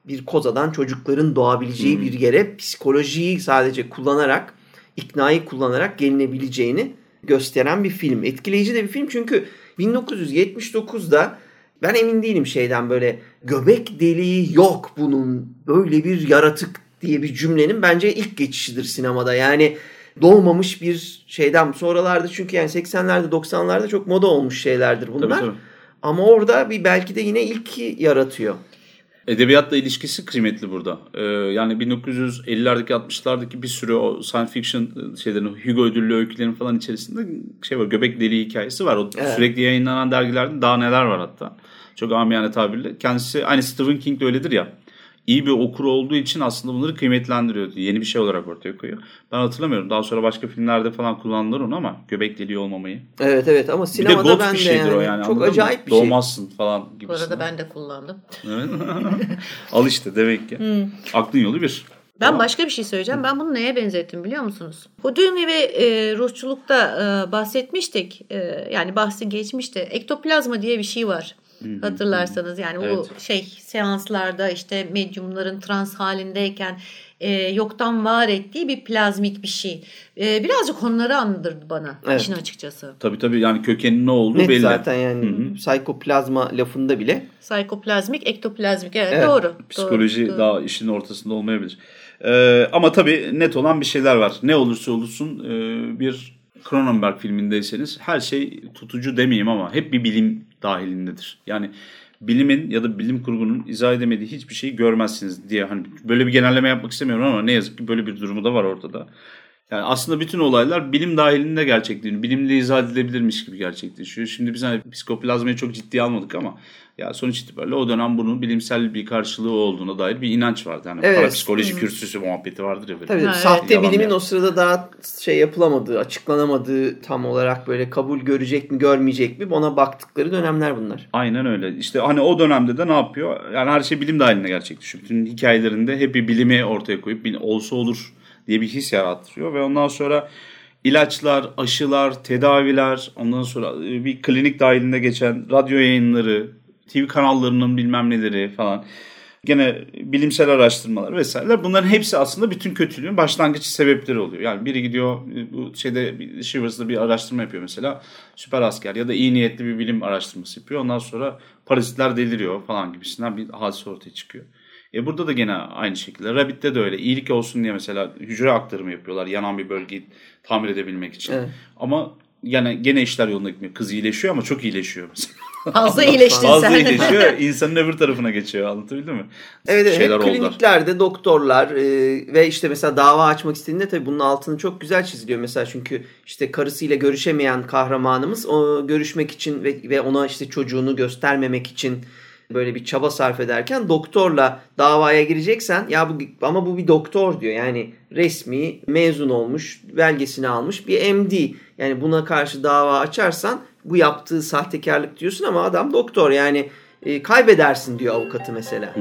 bir kozadan çocukların doğabileceği bir yere psikolojiyi sadece kullanarak, iknayı kullanarak gelinebileceğini gösteren bir film. Etkileyici de bir film çünkü 1979'da ben emin değilim şeyden, böyle göbek deliği yok bunun, böyle bir yaratık diye bir cümlenin bence ilk geçişidir sinemada. Yani doğmamış bir şeyden sonralarda, çünkü yani 80'lerde 90'larda çok moda olmuş şeylerdir bunlar. Tabii. Ama orada bir belki de yine ilki yaratıyor. Edebiyatla ilişkisi kıymetli burada. Yani 1950'lerdeki 60'lardaki bir sürü o science fiction şeylerin, Hugo ödüllü öykülerin falan içerisinde şey var, göbek deliği hikayesi var. O sürekli yayınlanan dergilerde daha neler var hatta. Çok amiyane tabirle. Kendisi aynı Stephen King de öyledir ya. İyi bir okur olduğu için aslında bunları kıymetlendiriyor. Yeni bir şey olarak ortaya koyuyor. Ben hatırlamıyorum. Daha sonra başka filmlerde falan kullandılar onu ama göbek deliği olmamayı. Evet ama sinemada ben de yani çok acayip bir şey. Doğmazsın falan gibi. Bu arada ben de kullandım. Evet. Al işte demek ki. Aklın yolu bir. Ben başka bir şey söyleyeceğim. Ben bunu neye benzettim biliyor musunuz? Houdini ve ruhçulukta bahsetmiştik. Yani bahsi geçmişti. Ektoplazma diye bir şey var. Hatırlarsanız yani o seanslarda işte medyumların trans halindeyken yoktan var ettiği bir plazmik bir şey. Birazcık onları andırdı bana işin açıkçası. Tabii yani kökenin ne olduğu belli. Zaten yani psikoplazma lafında bile. Psikoplazmik, ektoplazmik evet. Doğru. Psikoloji doğru. Daha işin ortasında olmayabilir. Ama tabii net olan bir şeyler var. Ne olursa olsun bir Cronenberg filmindeyseniz her şey tutucu demeyeyim ama hep bir bilim dahilindedir. Yani bilimin ya da bilim kurgunun izah edemediği hiçbir şeyi görmezsiniz diye, hani böyle bir genelleme yapmak istemiyorum ama ne yazık ki böyle bir durumu da var ortada. Yani aslında bütün olaylar bilim dahilinde gerçekleşiyor. Bilimle izah edilebilirmiş gibi gerçekleşiyor. Şimdi biz hani psikoplazmayı çok ciddiye almadık ama ya sonuç itibariyle o dönem bunun bilimsel bir karşılığı olduğuna dair bir inanç vardı. Yani parapsikoloji kürsüsü muhabbeti vardır ya. Tabii sahte bilimin o sırada daha yapılamadığı, açıklanamadığı, tam olarak böyle kabul görecek mi görmeyecek mi ona baktıkları dönemler bunlar. Aynen öyle. İşte hani o dönemde de ne yapıyor? Yani her şey bilim dahilinde gerçekleşiyor. Bütün hikayelerinde hep bir bilimi ortaya koyup olsa olur diye bir his yarattırıyor ve ondan sonra ilaçlar, aşılar, tedaviler, ondan sonra bir klinik dahilinde geçen radyo yayınları, TV kanallarının bilmem neleri falan, gene bilimsel araştırmalar vesaireler, bunların hepsi aslında bütün kötülüğün başlangıç sebepleri oluyor. Yani biri gidiyor bu Shivers'da bir araştırma yapıyor mesela, süper asker ya da iyi niyetli bir bilim araştırması yapıyor. Ondan sonra parazitler deliriyor falan gibisinden bir hadise ortaya çıkıyor. Burada da gene aynı şekilde. Rabbit'te de öyle. İyilik olsun diye mesela hücre aktarımı yapıyorlar yanan bir bölgeyi tamir edebilmek için. Evet. Ama gene işler yolunda gitmiyor. Kız iyileşiyor ama çok iyileşiyor mesela. Fazla iyileştin sen. Fazla iyileşiyor. İnsanın öbür tarafına geçiyor. Anlatabildim mi? Evet. Hep kliniklerde doktorlar ve işte mesela dava açmak istediğinde tabii bunun altını çok güzel çiziliyor. Mesela çünkü işte karısıyla görüşemeyen kahramanımız görüşmek için ve ona işte çocuğunu göstermemek için böyle bir çaba sarf ederken doktorla davaya gireceksen ama bu bir doktor diyor. Yani resmi mezun olmuş, belgesini almış bir MD. Yani buna karşı dava açarsan bu yaptığı sahtekarlık diyorsun ama adam doktor. Yani kaybedersin diyor avukatı mesela.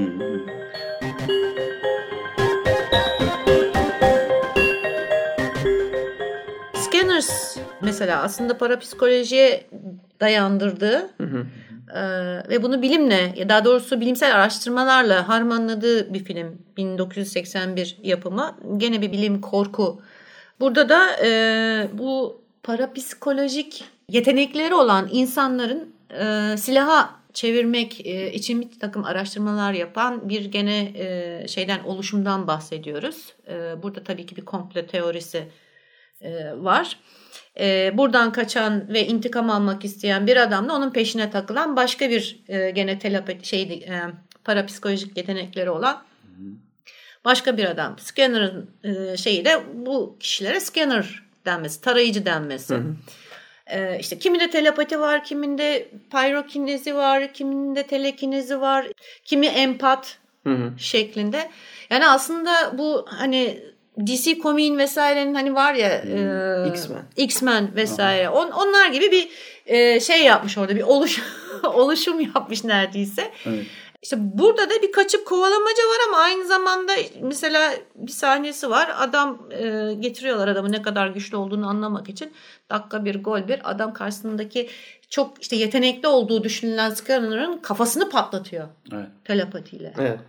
Scanners mesela aslında parapsikolojiye dayandırdığı ve bunu bilimle, ya daha doğrusu bilimsel araştırmalarla harmanladığı bir film. 1981 yapımı. Gene bir bilim korku. Burada da bu parapsikolojik yetenekleri olan insanların silaha çevirmek için bir takım araştırmalar yapan bir gene oluşumdan bahsediyoruz. Burada tabii ki bir komplo teorisi var. Buradan kaçan ve intikam almak isteyen bir adamla onun peşine takılan başka bir gene parapsikolojik yetenekleri olan başka bir adam. Scanner'ın de bu kişilere scanner denmesi, tarayıcı denmesi. İşte kiminde telepati var, kiminde pyrokinezi var, kiminde telekinezi var, kimi empat şeklinde. Yani aslında bu hani DC Comics'in vesairenin hani var ya X-Men vesaire. Onlar gibi bir yapmış orada, bir oluşum yapmış neredeyse. Evet. İşte burada da bir kaçıp kovalamaca var ama aynı zamanda mesela bir sahnesi var. Getiriyorlar adamı ne kadar güçlü olduğunu anlamak için. Dakika bir gol bir adam karşısındaki çok yetenekli olduğu düşünülen Scanner'ın kafasını patlatıyor. Evet. Telepatiyle. Evet.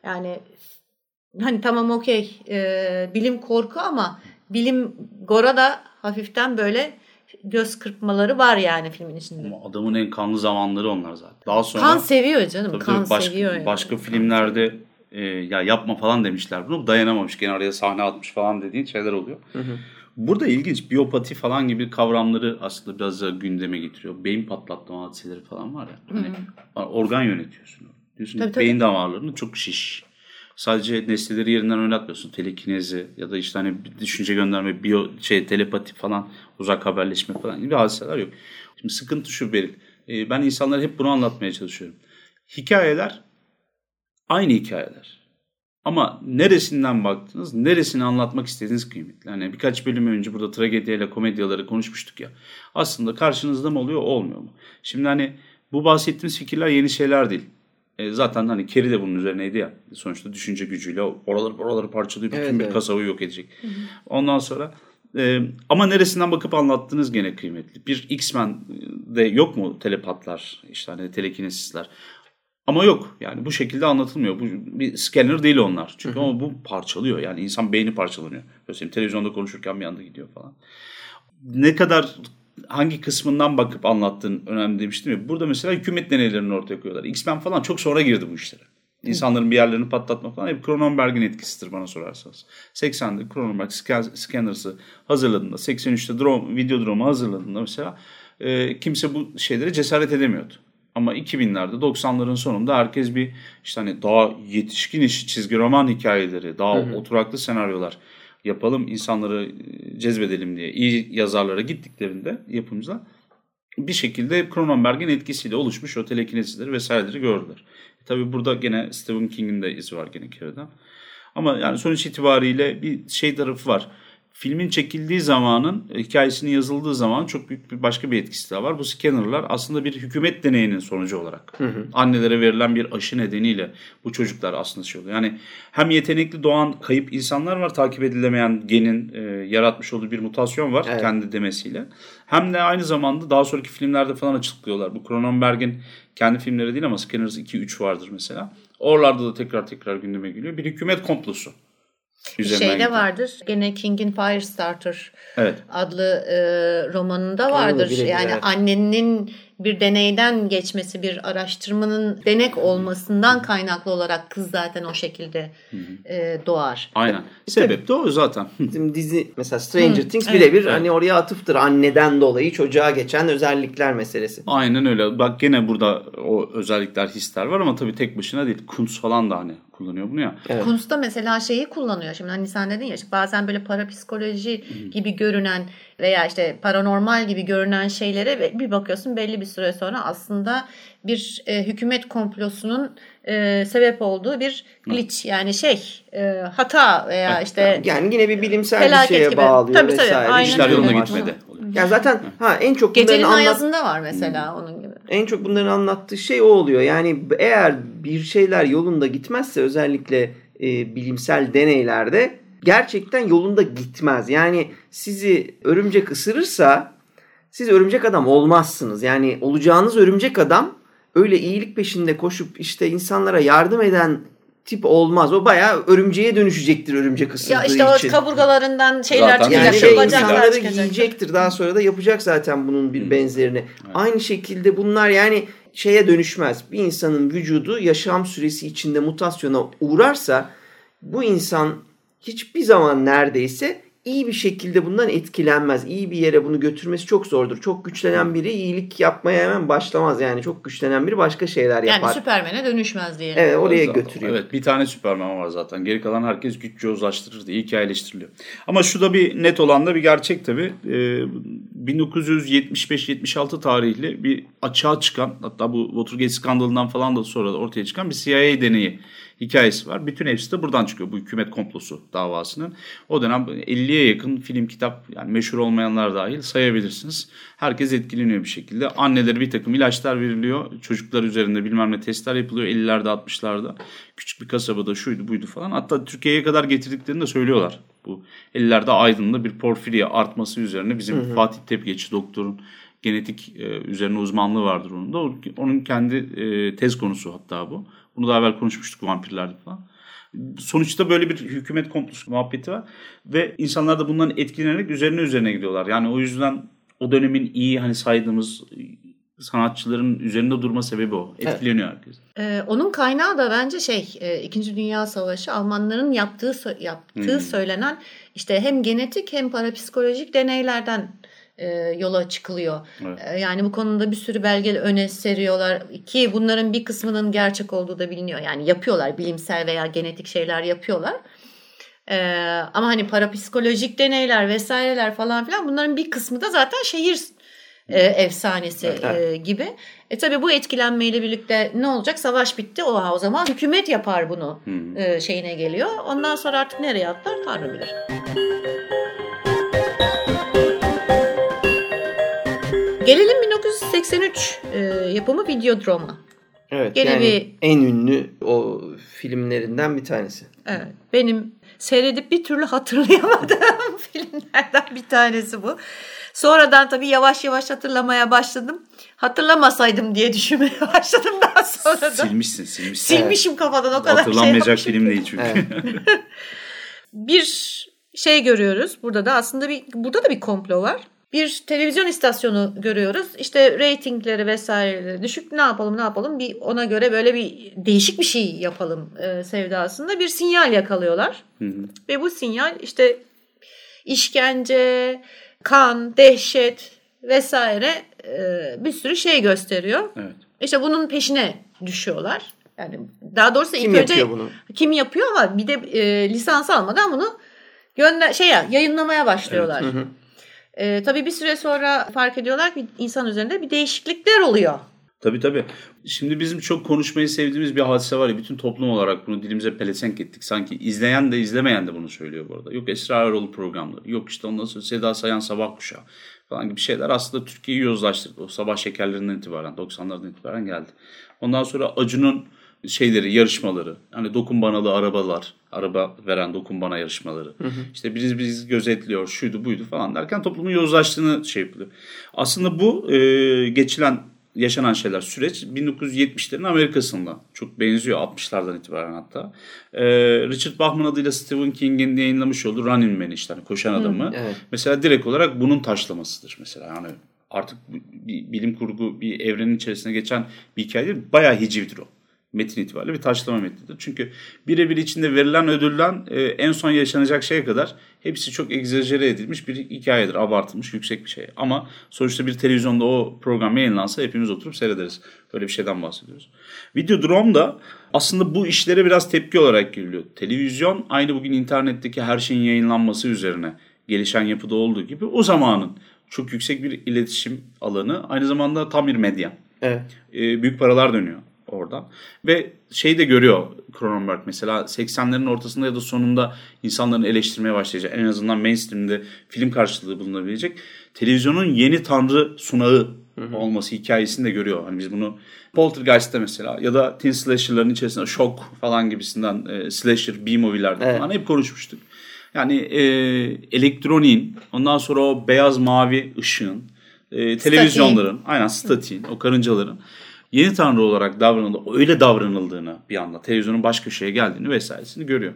Yani hani tamam okey bilim korku ama bilim gora da hafiften böyle göz kırpmaları var yani filmin içinde. Ama adamın en kanlı zamanları onlar zaten. Daha sonra kan seviyor canım. tabii Kan başka, seviyor yani. Başka filmlerde ya yapma falan demişler bunu. Dayanamamış. Gene araya sahne atmış falan dediğin şeyler oluyor. Burada ilginç biyopati falan gibi kavramları aslında biraz da gündeme getiriyor. Beyin patlatma hadiseleri falan var ya. Hani organ yönetiyorsun. Diyorsun Tabii, beyin damarlarını çok şiş. Sadece nesneleri yerinden oynatmıyorsun. Telekinezi ya da işte hani düşünce gönderme, telepati falan, uzak haberleşme falan gibi hadiseler yok. Şimdi sıkıntı şu Beril. Ben insanlara hep bunu anlatmaya çalışıyorum. Hikayeler aynı hikayeler. Ama neresinden baktınız, neresini anlatmak istediğiniz kıymetli. Hani birkaç bölüm önce burada tragediyle komedyaları konuşmuştuk ya. Aslında karşınızda mı oluyor, olmuyor mu? Şimdi hani bu bahsettiğimiz fikirler yeni şeyler değil. Zaten hani Carrie de bunun üzerineydi ya. Sonuçta düşünce gücüyle oraları parçalıyor. Bütün bir kasabayı yok edecek. Ondan sonra ama neresinden bakıp anlattığınız gene kıymetli. Bir X-Men'de yok mu telepatlar, işte hani telekinesisler? Ama yok yani bu şekilde anlatılmıyor. Bu bir scanner değil onlar. Çünkü ama bu parçalıyor. Yani insan beyni parçalanıyor. Mesela televizyonda konuşurken bir anda gidiyor falan. Ne kadar hangi kısmından bakıp anlattığın önemli demiştim ya. Burada mesela hükümet deneylerini ortaya koyuyorlar. X-Men falan çok sonra girdi bu işlere. İnsanların bir yerlerini patlatma falan hep Cronenberg'in etkisidir bana sorarsanız. 80'de Cronenberg Scanners'ı hazırladığında, 83'te Videodrome'u hazırladığında mesela kimse bu şeylere cesaret edemiyordu. Ama 2000'lerde 90'ların sonunda herkes bir işte hani daha yetişkin işi, çizgi roman hikayeleri, daha oturaklı senaryolar yapalım, insanları cezbedelim diye iyi yazarlara gittiklerinde yapımcılar bir şekilde Cronenberg'in etkisiyle oluşmuş o telekinesizleri vesaireleri gördüler. Tabii burada gene Stephen King'in de izi var gene Carrie'den. Ama yani sonuç itibariyle bir şey tarafı var. Filmin çekildiği zamanın, hikayesinin yazıldığı zaman çok büyük bir başka bir etkisi daha var. Bu scannerlar aslında bir hükümet deneyinin sonucu olarak. Annelere verilen bir aşı nedeniyle bu çocuklar aslında şey oluyor. Yani hem yetenekli doğan kayıp insanlar var, takip edilemeyen genin yaratmış olduğu bir mutasyon var kendi demesiyle. Hem de aynı zamanda daha sonraki filmlerde falan açıklıyorlar. Bu Cronenberg'in kendi filmleri değil ama Scanners 2-3 vardır mesela. Oralarda da tekrar gündeme geliyor. Bir hükümet komplosu. Şeyde vardır. Gene King'in Firestarter adlı romanında vardır. Yani annenin bir deneyden geçmesi, bir araştırmanın denek olmasından kaynaklı olarak kız zaten o şekilde doğar. Aynen. Sebep de o zaten. Bizim dizi mesela Stranger Things birebir hani oraya atıftır. Anneden dolayı çocuğa geçen özellikler meselesi. Aynen öyle. Bak gene burada o özellikler, hisler var ama tabii tek başına değil. Kuntz falan da hani kullanıyor bunu ya. Evet. Kuntz da mesela şeyi kullanıyor. Şimdi hani sen dedin ya işte bazen böyle parapsikoloji gibi görünen veya işte paranormal gibi görünen şeylere bir bakıyorsun belli bir süre sonra aslında bir hükümet komplosunun sebep olduğu bir glitch yani hata veya işte yani yine bir bilimsel bir şeye gibi bağlıyor tabii, vesaire. İşler yoluna gitmedi. Yani zaten en çok Gecenin Ayazı'nda var mesela onun gibi. En çok bunların anlattığı şey o oluyor. Yani eğer bir şeyler yolunda gitmezse özellikle bilimsel deneylerde gerçekten yolunda gitmez. Yani sizi örümcek ısırırsa siz örümcek adam olmazsınız. Yani olacağınız örümcek adam öyle iyilik peşinde koşup işte insanlara yardım eden tip olmaz. O bayağı örümceğe dönüşecektir örümcek ısırdığı için. Ya işte o kaburgalarından şeyler zaten çıkacak. Yani bacaklar çıkacak. Yiyecektir. Daha sonra da yapacak zaten bunun bir benzerini. Evet. Aynı şekilde bunlar yani şeye dönüşmez. Bir insanın vücudu yaşam süresi içinde mutasyona uğrarsa bu insan hiçbir zaman neredeyse iyi bir şekilde bundan etkilenmez. İyi bir yere bunu götürmesi çok zordur. Çok güçlenen biri iyilik yapmaya hemen başlamaz. Yani çok güçlenen biri başka şeyler yapar. Yani Süpermen'e dönüşmez diye. Evet oraya götürüyor. Evet bir tane Süperman var zaten. Geri kalan herkes güç yozlaştırır diye hikayeleştiriliyor. Ama şu da bir net olan da bir gerçek tabii. 1975-76 tarihli bir açığa çıkan hatta bu Watergate skandalından falan da sonra da ortaya çıkan bir CIA deneyi hikayesi var. Bütün hepsi de buradan çıkıyor bu hükümet komplosu davasının. O dönem 50'ye yakın film, kitap yani meşhur olmayanlar dahil sayabilirsiniz. Herkes etkileniyor bir şekilde. Annelere bir takım ilaçlar veriliyor. Çocuklar üzerinde bilmem ne testler yapılıyor 50'lerde 60'larda. Küçük bir kasabada şuydu buydu falan. Hatta Türkiye'ye kadar getirdiklerini de söylüyorlar. Bu 50'lerde Aydın'da bir porfiriye artması üzerine bizim Fatih Tepgeç doktorun genetik üzerine uzmanlığı vardır onun da. Onun kendi tez konusu hatta bu. Bunu daha evvel konuşmuştuk vampirlerde falan. Sonuçta böyle bir hükümet komplosu muhabbeti var ve insanlar da bundan etkilenerek üzerine gidiyorlar. Yani o yüzden o dönemin iyi hani saydığımız sanatçıların üzerinde durma sebebi o. Etkileniyor herkes. Onun kaynağı da bence İkinci Dünya Savaşı Almanların yaptığı söylenen işte hem genetik hem parapsikolojik deneylerden yola çıkılıyor. Evet. Yani bu konuda bir sürü belge öne seriyorlar ki bunların bir kısmının gerçek olduğu da biliniyor. Yani yapıyorlar, bilimsel veya genetik şeyler yapıyorlar. Ama hani parapsikolojik deneyler vesaireler falan filan bunların bir kısmı da zaten şehir efsanesi gibi. Tabii bu etkilenmeyle birlikte ne olacak? Savaş bitti. O zaman hükümet yapar bunu şeyine geliyor. Ondan sonra artık nereye atlar Tanrı bilir. Gelelim 1983 yapımı Videodrome'a. Evet, gene yani en ünlü o filmlerinden bir tanesi. Evet, benim seyredip bir türlü hatırlayamadığım filmlerden bir tanesi bu. Sonradan tabii yavaş yavaş hatırlamaya başladım. Hatırlamasaydım diye düşünmeye başladım daha sonra da. Silmişsin. Silmişim kafadan o kadar hatırlanmayacak film değil çünkü. Evet. Bir şey görüyoruz. Burada da aslında burada da bir komplo var. Bir televizyon istasyonu görüyoruz. İşte reytingleri vesaireleri düşük. Ne yapalım? Bir ona göre böyle bir değişik bir şey yapalım sevdasında bir sinyal yakalıyorlar. Ve bu sinyal işte işkence, kan, dehşet vesaire bir sürü şey gösteriyor. Evet. İşte bunun peşine düşüyorlar. Yani daha doğrusu kim ilk önce bunu? Kim yapıyor ama bir de lisans almadan bunu yayınlamaya başlıyorlar. Evet. Tabii bir süre sonra fark ediyorlar ki insan üzerinde bir değişiklikler oluyor. Tabii. Şimdi bizim çok konuşmayı sevdiğimiz bir hadise var ya, bütün toplum olarak bunu dilimize pelesenk ettik. Sanki izleyen de izlemeyen de bunu söylüyor bu arada. Yok Esra Erol programları, yok işte ondan sonra Seda Sayan Sabah Kuşağı falan gibi şeyler aslında Türkiye'yi yozlaştırdı. O sabah şekerlerinden itibaren, 90'lardan itibaren geldi. Ondan sonra Acun'un yarışmaları, hani dokun banalı arabalar, araba veren dokun bana yarışmaları. İşte biz gözetliyor, şuydu buydu falan derken toplumun yozlaştığını yapılıyor. Aslında bu yaşanan süreç 1970'lerin Amerika'sında çok benziyor, 60'lardan itibaren hatta. Richard Bachman adıyla Stephen King'in yayınlamış olduğu Running Man, işte hani koşan adamı. Evet. Mesela direkt olarak bunun taşlamasıdır mesela. Yani artık bir bilim kurgu, bir evrenin içerisine geçen bir hikaye değil, bayağı hicivdir o. Metin itibariyle bir taşlama metnidir. Çünkü birebir içinde verilen ödülden en son yaşanacak şeye kadar hepsi çok egzajere edilmiş bir hikayedir. Abartılmış, yüksek bir şey. Ama sonuçta bir televizyonda o program yayınlansa hepimiz oturup seyrederiz. Böyle bir şeyden bahsediyoruz. Videodrome da aslında bu işlere biraz tepki olarak giriliyor. Televizyon aynı bugün internetteki her şeyin yayınlanması üzerine gelişen yapıda olduğu gibi o zamanın çok yüksek bir iletişim alanı. Aynı zamanda tam bir medya. Evet. Büyük paralar dönüyor oradan. Ve de görüyor Cronenberg mesela 80'lerin ortasında ya da sonunda insanların eleştirmeye başlayacak, en azından mainstream'de film karşılığı bulunabilecek televizyonun yeni tanrı sunağı olması hikayesini de görüyor. Hani biz bunu Poltergeist'te mesela ya da teen slasher'ların içerisinde Shock falan gibisinden slasher B-movie'lerde falan hep konuşmuştuk. Yani elektroniğin, ondan sonra o beyaz mavi ışığın, televizyonların, aynen statiğin, o karıncaların yeni tanrı olarak öyle davranıldığını bir anda, televizyonun baş köşeye geldiğini vesairesini görüyor.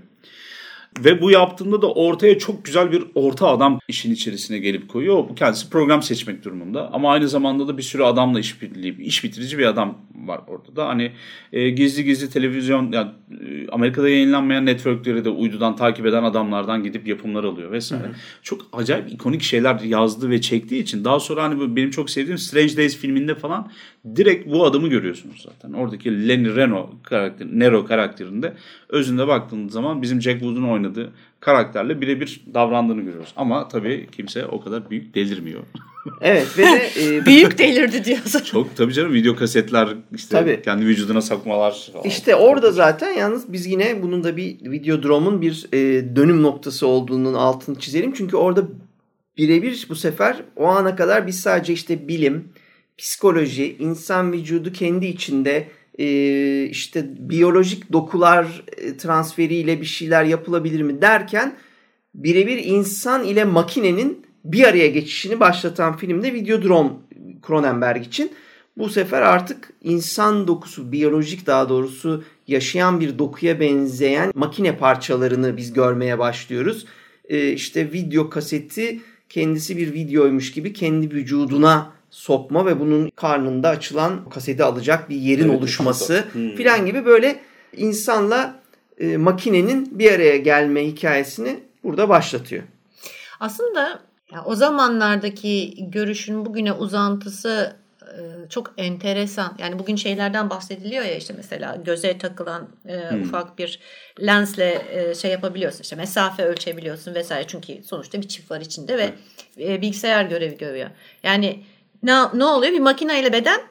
Ve bu yaptığında da ortaya çok güzel bir orta adam işin içerisine gelip koyuyor. Bu kendisi program seçmek durumunda. Ama aynı zamanda da bir sürü adamla iş bitirici bir adam var orada da. Hani gizli televizyon, yani Amerika'da yayınlanmayan networkleri de uydudan takip eden adamlardan gidip yapımlar alıyor vesaire. Çok acayip ikonik şeyler yazdı ve çektiği için daha sonra hani benim çok sevdiğim Strange Days filminde falan direkt bu adamı görüyorsunuz zaten. Oradaki Lenny Nero karakterinde özünde baktığınız zaman bizim Jack Wood'un oynadığı karakterle birebir davrandığını görüyoruz. Ama tabii kimse o kadar büyük delirmiyor. Evet ve de büyük delirdi diyorsun. Çok tabii canım, video kasetler işte tabii. Kendi vücuduna sakmalar. İşte orada zaten yalnız biz yine bunun da bir Videodrome'un bir dönüm noktası olduğunun altını çizelim. Çünkü orada birebir bu sefer o ana kadar biz sadece işte bilim, psikoloji, insan vücudu kendi içinde işte biyolojik dokular transferiyle bir şeyler yapılabilir mi derken birebir insan ile makinenin bir araya geçişini başlatan filmde Videodrome Cronenberg için. Bu sefer artık insan dokusu, biyolojik daha doğrusu yaşayan bir dokuya benzeyen makine parçalarını biz görmeye başlıyoruz. İşte video kaseti kendisi bir videoymuş gibi kendi vücuduna sokma ve bunun karnında açılan kaseti alacak bir yerin oluşması filan gibi böyle insanla makinenin bir araya gelme hikayesini burada başlatıyor. Aslında o zamanlardaki görüşün bugüne uzantısı çok enteresan. Yani bugün şeylerden bahsediliyor ya, işte mesela göze takılan ufak bir lensle şey yapabiliyorsun, işte mesafe ölçebiliyorsun vesaire. Çünkü sonuçta bir çip var içinde ve bilgisayar görevi görüyor. Yani ne oluyor? Bir makineyle beden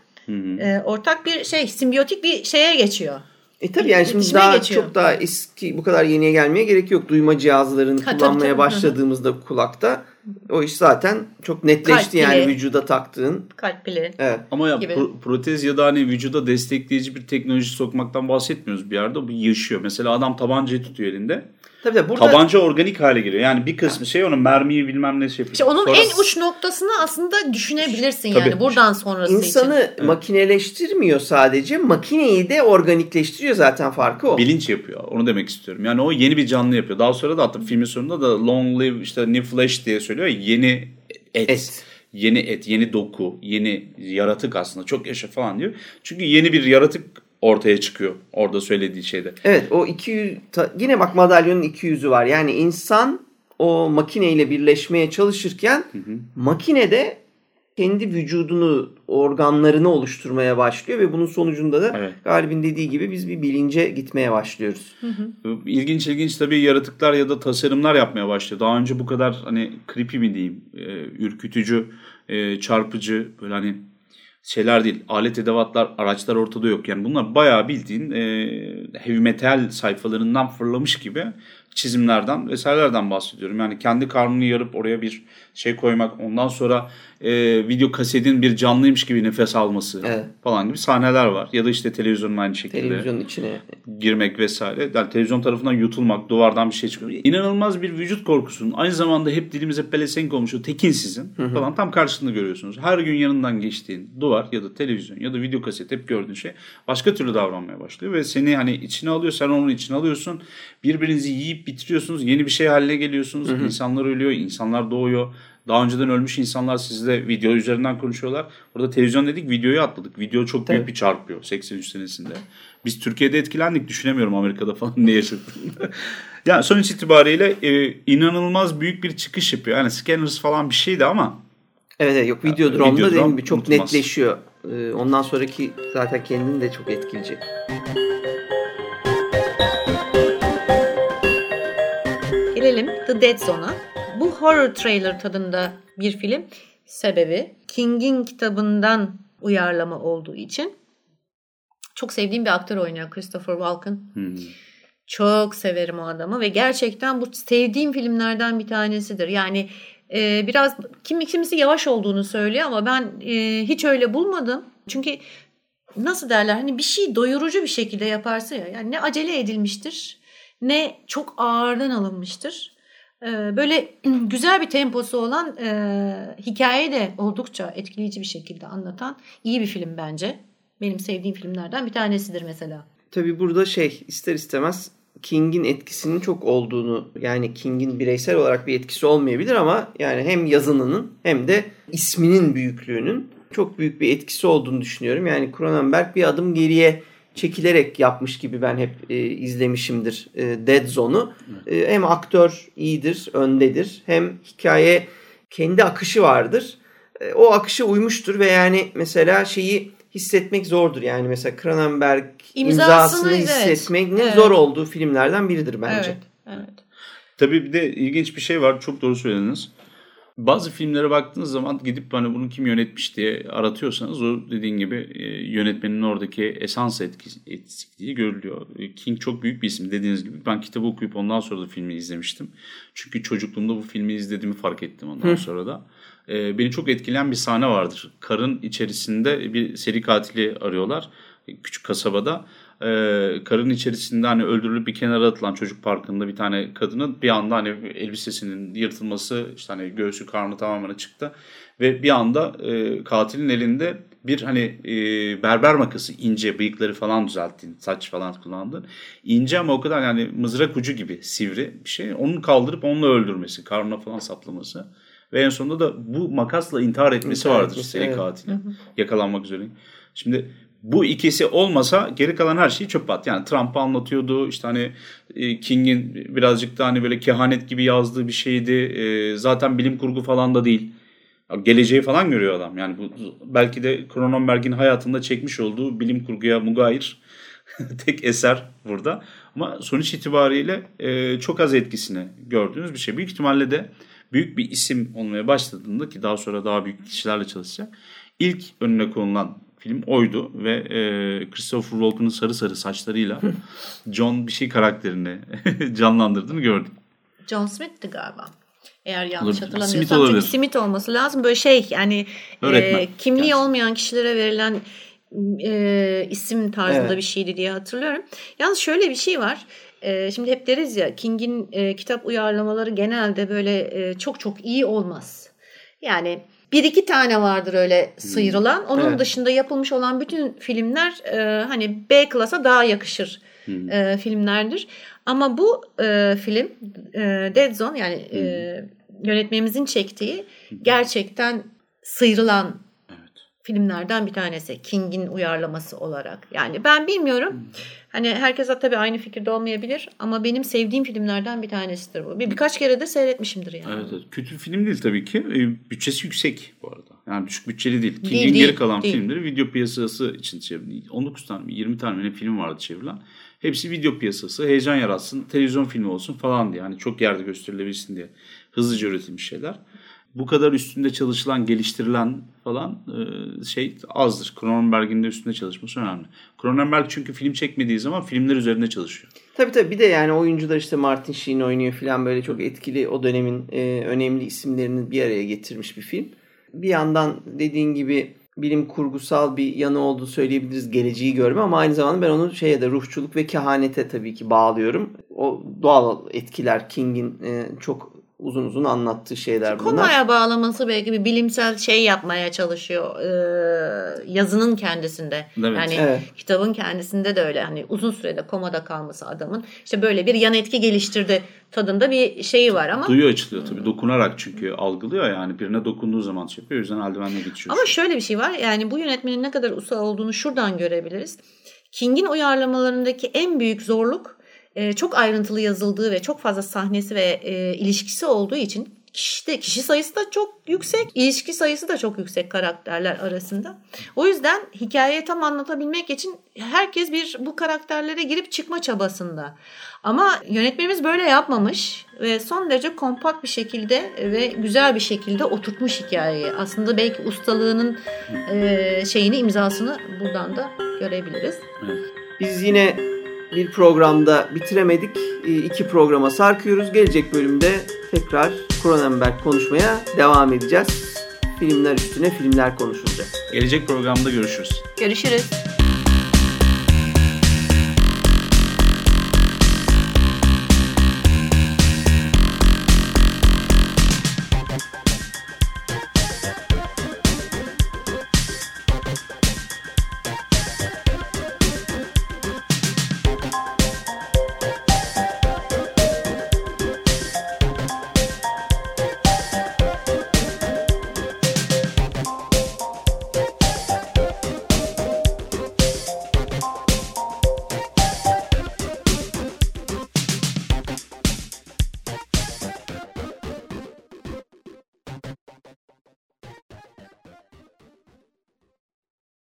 ortak bir simbiyotik bir şeye geçiyor. Tabii yani şimdi daha geçiyor. Çok daha eski, bu kadar yeniye gelmeye gerek yok. Duyma cihazlarını kullanmaya başladığımızda kulakta o iş zaten çok netleşti. Yani vücuda taktığın. Kalp pili. Evet. Ama ya protez ya da hani vücuda destekleyici bir teknoloji sokmaktan bahsetmiyoruz bir yerde. Bu yaşıyor. Mesela adam tabancayı tutuyor elinde. Tabii burada... Tabanca organik hale geliyor. Yani bir kısmı onun mermiyi bilmem ne şey yapıyor. İşte onun en uç noktasını aslında düşünebilirsin yani buradan sonrası İnsanı için. makineleştirmiyor sadece. Makineyi de organikleştiriyor, zaten farkı o. Bilinç yapıyor. Onu demek istiyorum. Yani o yeni bir canlı yapıyor. Daha sonra da hatta filmin sonunda da long live işte new flesh diye söylüyor. Yeni et. Yeni et, yeni doku, yeni yaratık aslında. Çok yaşa falan diyor. Çünkü yeni bir yaratık ortaya çıkıyor orada söylediği şeyde. Evet, o 200 yine bak madalyonun iki yüzü var. Yani insan o makineyle birleşmeye çalışırken makine de kendi vücudunu, organlarını oluşturmaya başlıyor ve bunun sonucunda da Galip'in dediği gibi biz bir bilince gitmeye başlıyoruz. İlginç tabii yaratıklar ya da tasarımlar yapmaya başlıyor. Daha önce bu kadar hani creepy mi diyeyim, ürkütücü, çarpıcı böyle hani şeyler değil. Alet edevatlar, araçlar ortada yok. Yani bunlar bayağı bildiğin heavy metal sayfalarından fırlamış gibi çizimlerden vesairelerden bahsediyorum. Yani kendi karnını yarıp oraya bir şey koymak, ondan sonra video kasetin bir canlıymış gibi nefes alması falan gibi sahneler var. Ya da işte televizyonun aynı şekilde. Televizyonun içine girmek vesaire. Yani televizyon tarafından yutulmak, duvardan bir şey çıkıyor. İnanılmaz bir vücut korkusunun, aynı zamanda hep dilimize pelesenk olmuş o tekinsizin falan tam karşısında görüyorsunuz. Her gün yanından geçtiğin duvar ya da televizyon ya da video kaset hep gördüğün şey başka türlü davranmaya başlıyor ve seni hani içine alıyor, sen onun içine alıyorsun. Birbirinizi yiyip bitiriyorsunuz. Yeni bir şey haline geliyorsunuz. İnsanlar ölüyor, insanlar doğuyor. Daha önceden ölmüş insanlar sizle video üzerinden konuşuyorlar. Burada televizyon dedik, videoyu atladık. Video çok büyük bir çarpıyor 83 senesinde. Biz Türkiye'de etkilendik. Düşünemiyorum Amerika'da falan ne yaşadığını. Yani sonuç itibariyle inanılmaz büyük bir çıkış yapıyor. Yani Scanners falan bir şeydi ama. Evet yok, Videodrome'da dediğim gibi çok netleşiyor. Ondan sonraki zaten kendini de çok etkileyecek. Gelelim The Dead Zone'a. Bu horror trailer tadında bir film. Sebebi King'in kitabından uyarlama olduğu için. Çok sevdiğim bir aktör oynuyor, Christopher Walken. Çok severim o adamı ve gerçekten bu sevdiğim filmlerden bir tanesidir. Yani biraz kimisi yavaş olduğunu söylüyor ama ben hiç öyle bulmadım. Çünkü nasıl derler, hani bir şey doyurucu bir şekilde yaparsın ya. Yani ne acele edilmiştir ne çok ağırdan alınmıştır. Böyle güzel bir temposu olan, hikayeyi de oldukça etkileyici bir şekilde anlatan iyi bir film bence. Benim sevdiğim filmlerden bir tanesidir mesela. Tabii burada ister istemez King'in etkisinin çok olduğunu, yani King'in bireysel olarak bir etkisi olmayabilir ama yani hem yazınının hem de isminin büyüklüğünün çok büyük bir etkisi olduğunu düşünüyorum. Yani Cronenberg bir adım geriye çekilerek yapmış gibi ben hep izlemişimdir Dead Zone'u. Hem aktör iyidir, öndedir. Hem hikaye kendi akışı vardır. O akışa uymuştur ve yani mesela şeyi hissetmek zordur. Yani mesela Cronenberg imzasını hissetmek zor olduğu filmlerden biridir bence. Evet. Tabii bir de ilginç bir şey var. Çok doğru söylediniz. Bazı filmlere baktığınız zaman gidip hani bunu kim yönetmiş diye aratıyorsanız o dediğin gibi yönetmenin oradaki esans eksikliği görülüyor. King çok büyük bir isim dediğiniz gibi. Ben kitabı okuyup ondan sonra da filmi izlemiştim. Çünkü çocukluğumda bu filmi izlediğimi fark ettim ondan sonra da. Beni çok etkileyen bir sahne vardır. Karın içerisinde bir seri katili arıyorlar. küçük kasabada. Karın içerisinde hani öldürülüp bir kenara atılan çocuk parkında bir tane kadının bir anda hani elbisesinin yırtılması, işte hani göğsü karnı tamamen çıktı ve bir anda katilin elinde bir hani berber makası, ince, bıyıkları falan düzelttiğin, saç falan kullandığın ince ama o kadar yani mızrak ucu gibi sivri bir şey, onu kaldırıp onunla öldürmesi, karnına falan saplaması ve en sonunda da bu makasla intihar etmesi vardır seri katilin, yakalanmak üzere. Şimdi bu ikisi olmasa geri kalan her şeyi çöpe at. Yani Trump'ı anlatıyordu. İşte hani King'in birazcık da hani böyle kehanet gibi yazdığı bir şeydi. Zaten bilim kurgu falan da değil. Geleceği falan görüyor adam. Yani bu belki de Cronenberg'in hayatında çekmiş olduğu bilim kurguya mugayir tek eser burada. Ama sonuç itibariyle çok az etkisini gördüğünüz bir şey. Büyük ihtimalle de büyük bir isim olmaya başladığında, ki daha sonra daha büyük kişilerle çalışacak, ilk önüne konulan film oydu ve Christopher Walken'ın sarı sarı saçlarıyla John bir şey karakterini canlandırdığını gördüm. John Smith'ti galiba. Eğer yanlış Smith hatırlamıyorsam. olabilir. Çünkü Smith olması lazım. Böyle şey yani kimliği yani olmayan kişilere verilen isim tarzında bir şeydi diye hatırlıyorum. Yalnız şöyle bir şey var. Şimdi hep deriz ya, King'in kitap uyarlamaları genelde böyle çok çok iyi olmaz. Yani bir iki tane vardır öyle sıyrılan. Onun dışında yapılmış olan bütün filmler hani B klasa daha yakışır filmlerdir. Ama bu film Dead Zone, yani yönetmenimizin çektiği gerçekten sıyrılan filmlerden bir tanesi. King'in uyarlaması olarak. Yani ben bilmiyorum. Hani herkes tabii aynı fikirde olmayabilir ama benim sevdiğim filmlerden bir tanesidir bu. Birkaç kere de seyretmişimdir yani. Evet. Kötü film değil tabii ki. Bütçesi yüksek bu arada. Yani düşük bütçeli değil. King'in geri kalan filmleri video piyasası için çevrilen. 19 tane mi 20 tane mi film vardı çevrilen. Hepsi video piyasası. Heyecan yaratsın, televizyon filmi olsun falan diye. Hani çok yerde gösterilebilsin diye hızlıca üretilmiş şeyler. Bu kadar üstünde çalışılan, geliştirilen falan şey azdır. Cronenberg'in de üstünde çalışması önemli. Cronenberg çünkü film çekmediği zaman filmler üzerinde çalışıyor. Tabii bir de yani oyuncular işte Martin Sheen oynuyor falan, böyle çok etkili, o dönemin önemli isimlerini bir araya getirmiş bir film. Bir yandan dediğin gibi bilim kurgusal bir yanı olduğu söyleyebiliriz, geleceği görme, ama aynı zamanda ben onu şeye de, ruhçuluk ve kehanete tabii ki bağlıyorum. O doğal etkiler, King'in çok uzun uzun anlattığı şeyler bunlar. Konuya bağlaması belki bir bilimsel şey yapmaya çalışıyor yazının kendisinde. Evet. Yani kitabın kendisinde de öyle. Hani uzun sürede komada kalması adamın işte böyle bir yan etki geliştirdi tadında bir şeyi var ama. Duyu açılıyor tabii. Dokunarak çünkü algılıyor yani. Birine dokunduğu zaman şey yapıyor. O yüzden eldivenle geçiyor. Ama şöyle bir şey var. Yani bu yönetmenin ne kadar usta olduğunu şuradan görebiliriz. King'in uyarlamalarındaki en büyük zorluk çok ayrıntılı yazıldığı ve çok fazla sahnesi ve ilişkisi olduğu için kişi sayısı da çok yüksek, ilişki sayısı da çok yüksek karakterler arasında. O yüzden hikayeyi tam anlatabilmek için herkes bu karakterlere girip çıkma çabasında. Ama yönetmenimiz böyle yapmamış ve son derece kompakt bir şekilde ve güzel bir şekilde oturtmuş hikayeyi. Aslında belki ustalığının imzasını buradan da görebiliriz. Evet. Biz yine bir programda bitiremedik. 2 programa sarkıyoruz. Gelecek bölümde tekrar Cronenberg konuşmaya devam edeceğiz. Filmler üstüne filmler konuşulacak. Gelecek programda görüşürüz. Görüşürüz.